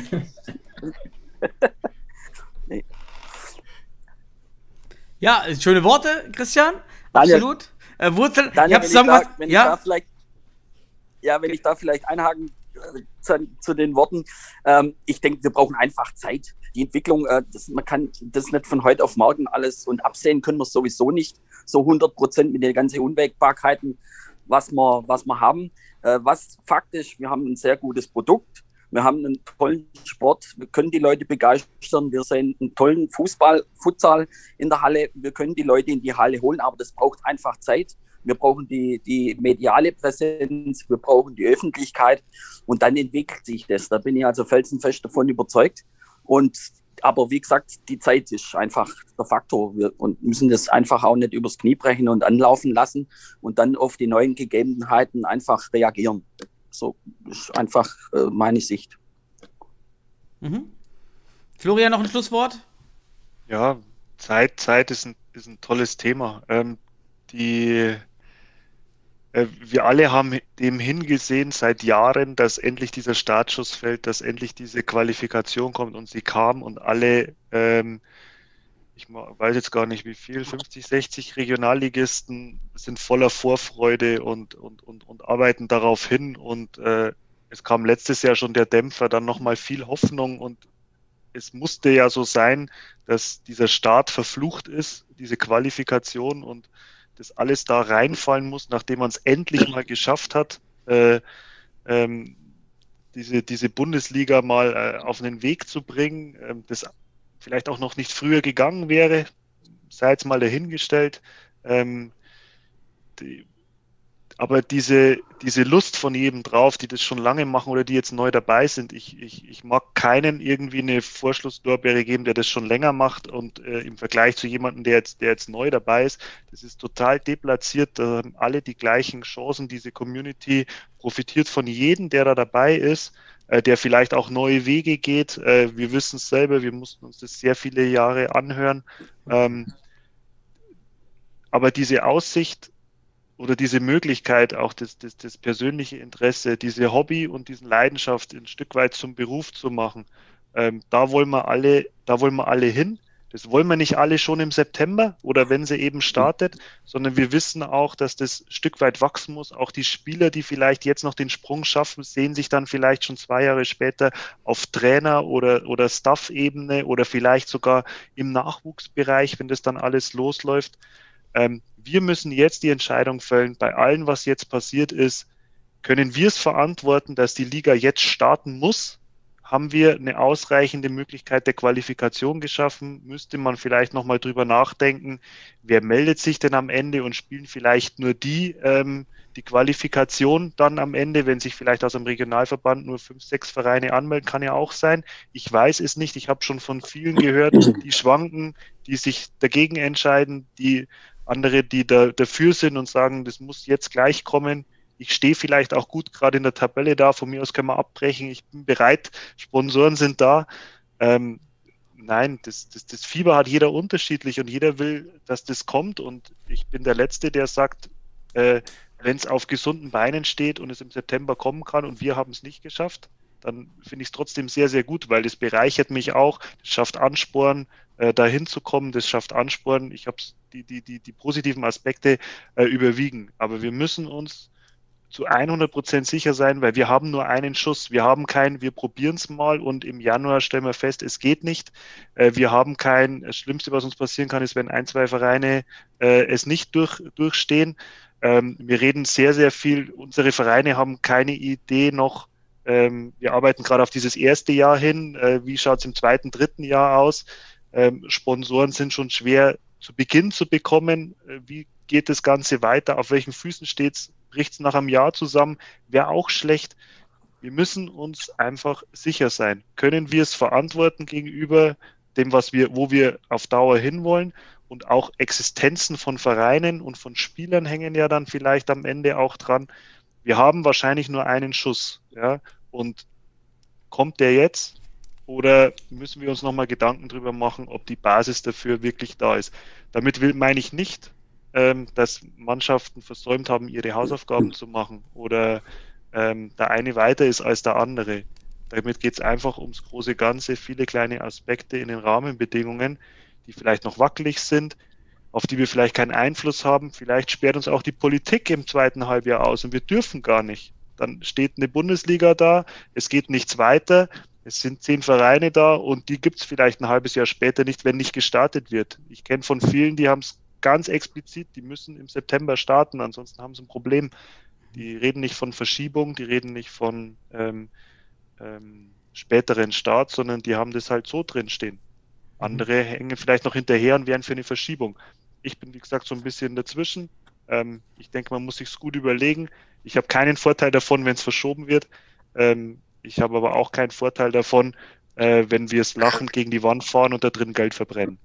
S5: Ja, schöne Worte, Christian.
S8: Daniel,
S5: absolut. Äh, Wurzeln,
S8: Daniel,
S5: ich habe zusammengefasst.
S8: Wenn
S5: Ja,
S8: ich da vielleicht, ja, wenn ich da vielleicht einhaken äh, zu, zu den Worten. Ähm, ich denke, wir brauchen einfach Zeit. Die Entwicklung, äh, das, man kann das nicht von heute auf morgen alles und absehen können wir sowieso nicht. So hundert Prozent mit den ganzen Unwägbarkeiten, was wir, was wir haben. Äh, was faktisch, wir haben ein sehr gutes Produkt. Wir haben einen tollen Sport. Wir können die Leute begeistern. Wir sehen einen tollen Fußball, Futsal in der Halle. Wir können die Leute in die Halle holen, aber das braucht einfach Zeit. Wir brauchen die, die mediale Präsenz, wir brauchen die Öffentlichkeit und dann entwickelt sich das. Da bin ich also felsenfest davon überzeugt. Und aber wie gesagt, die Zeit ist einfach der Faktor. Wir und müssen das einfach auch nicht übers Knie brechen und anlaufen lassen und dann auf die neuen Gegebenheiten einfach reagieren. So ist einfach äh, meine Sicht.
S5: Mhm. Florian, noch ein Schlusswort?
S7: Ja, Zeit, Zeit ist ein, ist ein tolles Thema. Ähm, die, äh, wir alle haben dem hingesehen seit Jahren, dass endlich dieser Startschuss fällt, dass endlich diese Qualifikation kommt und sie kam und alle, ähm, ich weiß jetzt gar nicht wie viel, fünfzig, sechzig Regionalligisten sind voller Vorfreude und, und, und, und arbeiten darauf hin und äh, es kam letztes Jahr schon der Dämpfer, dann nochmal viel Hoffnung und es musste ja so sein, dass dieser Start verflucht ist, diese Qualifikation und das alles da reinfallen muss, nachdem man es endlich mal geschafft hat, äh, ähm, diese, diese Bundesliga mal äh, auf den Weg zu bringen, äh, das vielleicht auch noch nicht früher gegangen wäre, sei jetzt mal dahingestellt. Ähm, die, aber diese, diese Lust von jedem drauf, die das schon lange machen oder die jetzt neu dabei sind, ich, ich, ich mag keinen irgendwie eine Vorschlusslorbeere geben, der das schon länger macht und äh, im Vergleich zu jemandem, der jetzt, der jetzt neu dabei ist, das ist total deplatziert, da haben alle die gleichen Chancen, diese Community profitiert von jedem, der da dabei ist, äh, der vielleicht auch neue Wege geht, äh, wir wissen es selber, wir mussten uns das sehr viele Jahre anhören, ähm, aber diese Aussicht oder diese Möglichkeit, auch das, das, das persönliche Interesse, diese Hobby und diese Leidenschaft ein Stück weit zum Beruf zu machen, ähm, da wollen wir alle, da wollen wir alle hin. Das wollen wir nicht alle schon im September oder wenn sie eben startet, sondern wir wissen auch, dass das ein Stück weit wachsen muss. Auch die Spieler, die vielleicht jetzt noch den Sprung schaffen, sehen sich dann vielleicht schon zwei Jahre später auf Trainer- oder, oder Staff-Ebene oder vielleicht sogar im Nachwuchsbereich, wenn das dann alles losläuft. Ähm, wir müssen jetzt die Entscheidung fällen, bei allem, was jetzt passiert ist, können wir es verantworten, dass die Liga jetzt starten muss? Haben wir eine ausreichende Möglichkeit der Qualifikation geschaffen? Müsste man vielleicht nochmal drüber nachdenken, wer meldet sich denn am Ende und spielen vielleicht nur die, ähm, die Qualifikation dann am Ende, wenn sich vielleicht aus dem Regionalverband nur fünf, sechs Vereine anmelden, kann ja auch sein. Ich weiß es nicht, ich habe schon von vielen gehört, die schwanken, die sich dagegen entscheiden, die andere, die da dafür sind und sagen, das muss jetzt gleich kommen. Ich stehe vielleicht auch gut gerade in der Tabelle da, von mir aus können wir abbrechen, ich bin bereit, Sponsoren sind da. Ähm, nein, das, das, das Fieber hat jeder unterschiedlich und jeder will, dass das kommt und ich bin der Letzte, der sagt, äh, wenn es auf gesunden Beinen steht und es im September kommen kann und wir haben es nicht geschafft, dann finde ich es trotzdem sehr, sehr gut, weil das bereichert mich auch, das schafft Ansporn, äh, dahin zu kommen, das schafft Ansporn, ich habe die, die, die, die positiven Aspekte äh, überwiegen, aber wir müssen uns zu hundert Prozent sicher sein, weil wir haben nur einen Schuss. Wir haben keinen, wir probieren es mal und im Januar stellen wir fest, es geht nicht. Äh, wir haben kein, das Schlimmste, was uns passieren kann, ist, wenn ein, zwei Vereine äh, es nicht durch, durchstehen. Ähm, wir reden sehr, sehr viel, unsere Vereine haben keine Idee noch, ähm, wir arbeiten gerade auf dieses erste Jahr hin. Äh, wie schaut es im zweiten, dritten Jahr aus? Ähm, Sponsoren sind schon schwer zu Beginn zu bekommen. Äh, wie geht das Ganze weiter? Auf welchen Füßen steht es? Bricht es nach einem Jahr zusammen? Wäre auch schlecht. Wir müssen uns einfach sicher sein. Können wir es verantworten gegenüber dem, was wir, wo wir auf Dauer hinwollen? Und auch Existenzen von Vereinen und von Spielern hängen ja dann vielleicht am Ende auch dran. Wir haben wahrscheinlich nur einen Schuss. Ja? Und kommt der jetzt? Oder müssen wir uns nochmal Gedanken darüber machen, ob die Basis dafür wirklich da ist? Damit will, meine ich nicht, ähm, dass Mannschaften versäumt haben, ihre Hausaufgaben zu machen oder ähm, der eine weiter ist als der andere. Damit geht es einfach ums große Ganze, viele kleine Aspekte in den Rahmenbedingungen, die vielleicht noch wackelig sind, auf die wir vielleicht keinen Einfluss haben. Vielleicht sperrt uns auch die Politik im zweiten Halbjahr aus und wir dürfen gar nicht. Dann steht eine Bundesliga da, es geht nichts weiter, es sind zehn Vereine da und die gibt es vielleicht ein halbes Jahr später nicht, wenn nicht gestartet wird. Ich kenne von vielen, die haben es ganz explizit, die müssen im September starten, ansonsten haben sie ein Problem. Die reden nicht von Verschiebung, die reden nicht von ähm, ähm, späteren Start, sondern die haben das halt so drinstehen. Andere hängen vielleicht noch hinterher und wären für eine Verschiebung. Ich bin, wie gesagt, so ein bisschen dazwischen. Ähm, ich denke, man muss sich's gut überlegen. Ich habe keinen Vorteil davon, wenn es verschoben wird. Ähm, ich habe aber auch keinen Vorteil davon, äh, wenn wir es lachend gegen die Wand fahren und da drin Geld verbrennen.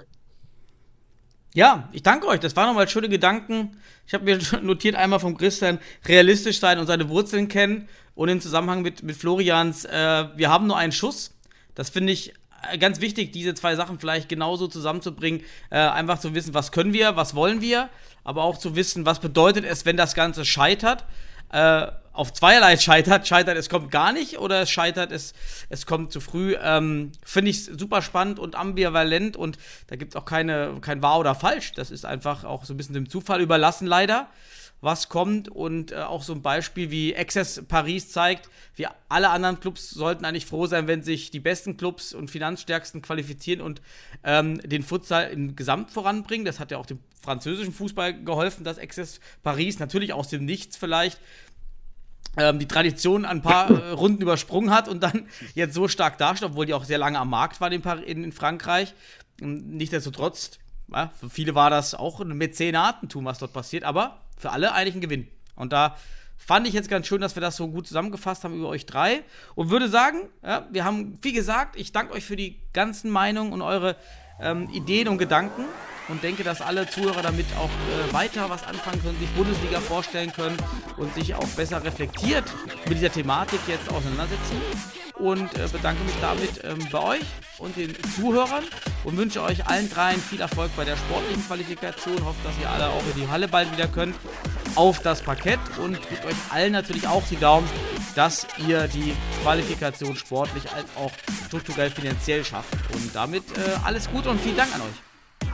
S5: Ja, ich danke euch. Das waren nochmal schöne Gedanken. Ich habe mir schon notiert, einmal vom Christian, realistisch sein und seine Wurzeln kennen. Und im Zusammenhang mit, mit Florians, äh, wir haben nur einen Schuss. Das finde ich ganz wichtig, diese zwei Sachen vielleicht genauso zusammenzubringen, äh, einfach zu wissen, was können wir, was wollen wir, aber auch zu wissen, was bedeutet es, wenn das Ganze scheitert, äh, auf zweierlei scheitert, scheitert, es kommt gar nicht oder es scheitert, es, es kommt zu früh, ähm, finde ich super spannend und ambivalent und da gibt es auch keine, kein wahr oder falsch, das ist einfach auch so ein bisschen dem Zufall überlassen leider, was kommt und äh, auch so ein Beispiel wie Access Paris zeigt, wie alle anderen Clubs sollten eigentlich froh sein, wenn sich die besten Clubs und finanzstärksten qualifizieren und ähm, den Futsal im Gesamt voranbringen. Das hat ja auch dem französischen Fußball geholfen, dass Access Paris natürlich aus dem Nichts vielleicht ähm, die Tradition ein paar äh, Runden übersprungen hat und dann jetzt so stark dasteht, obwohl die auch sehr lange am Markt waren in, Par- in, in Frankreich. Und nichtsdestotrotz, ja, für viele war das auch ein Mäzenatentum, was dort passiert, aber für alle eigentlich ein Gewinn. Und da fand ich jetzt ganz schön, dass wir das so gut zusammengefasst haben über euch drei. Und würde sagen, ja, wir haben viel gesagt. Ich danke euch für die ganzen Meinungen und eure ähm, Ideen und Gedanken. Und denke, dass alle Zuhörer damit auch äh, weiter was anfangen können, sich Bundesliga vorstellen können und sich auch besser reflektiert mit dieser Thematik jetzt auseinandersetzen. Und äh, bedanke mich damit ähm, bei euch und den Zuhörern und wünsche euch allen dreien viel Erfolg bei der sportlichen Qualifikation. Hoffe, dass ihr alle auch in die Halle bald wieder könnt auf das Parkett und drückt euch allen natürlich auch die Daumen, dass ihr die Qualifikation sportlich als auch strukturell finanziell schafft. Und damit äh, alles Gute und vielen Dank an euch.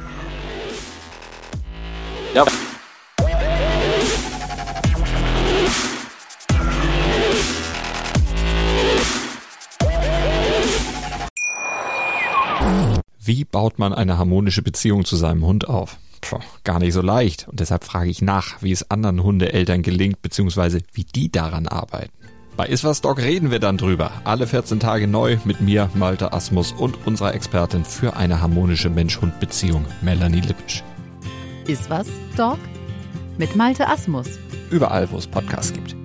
S8: Ja.
S4: Wie baut man eine harmonische Beziehung zu seinem Hund auf? Puh, gar nicht so leicht. Und deshalb frage ich nach, wie es anderen Hundeeltern gelingt, beziehungsweise wie die daran arbeiten. Bei Iswas Dog reden wir dann drüber. Alle vierzehn Tage neu mit mir, Malte Asmus und unserer Expertin für eine harmonische Mensch-Hund-Beziehung, Melanie Lippisch.
S9: Iswas Dog mit Malte Asmus.
S4: Überall, wo es Podcasts gibt.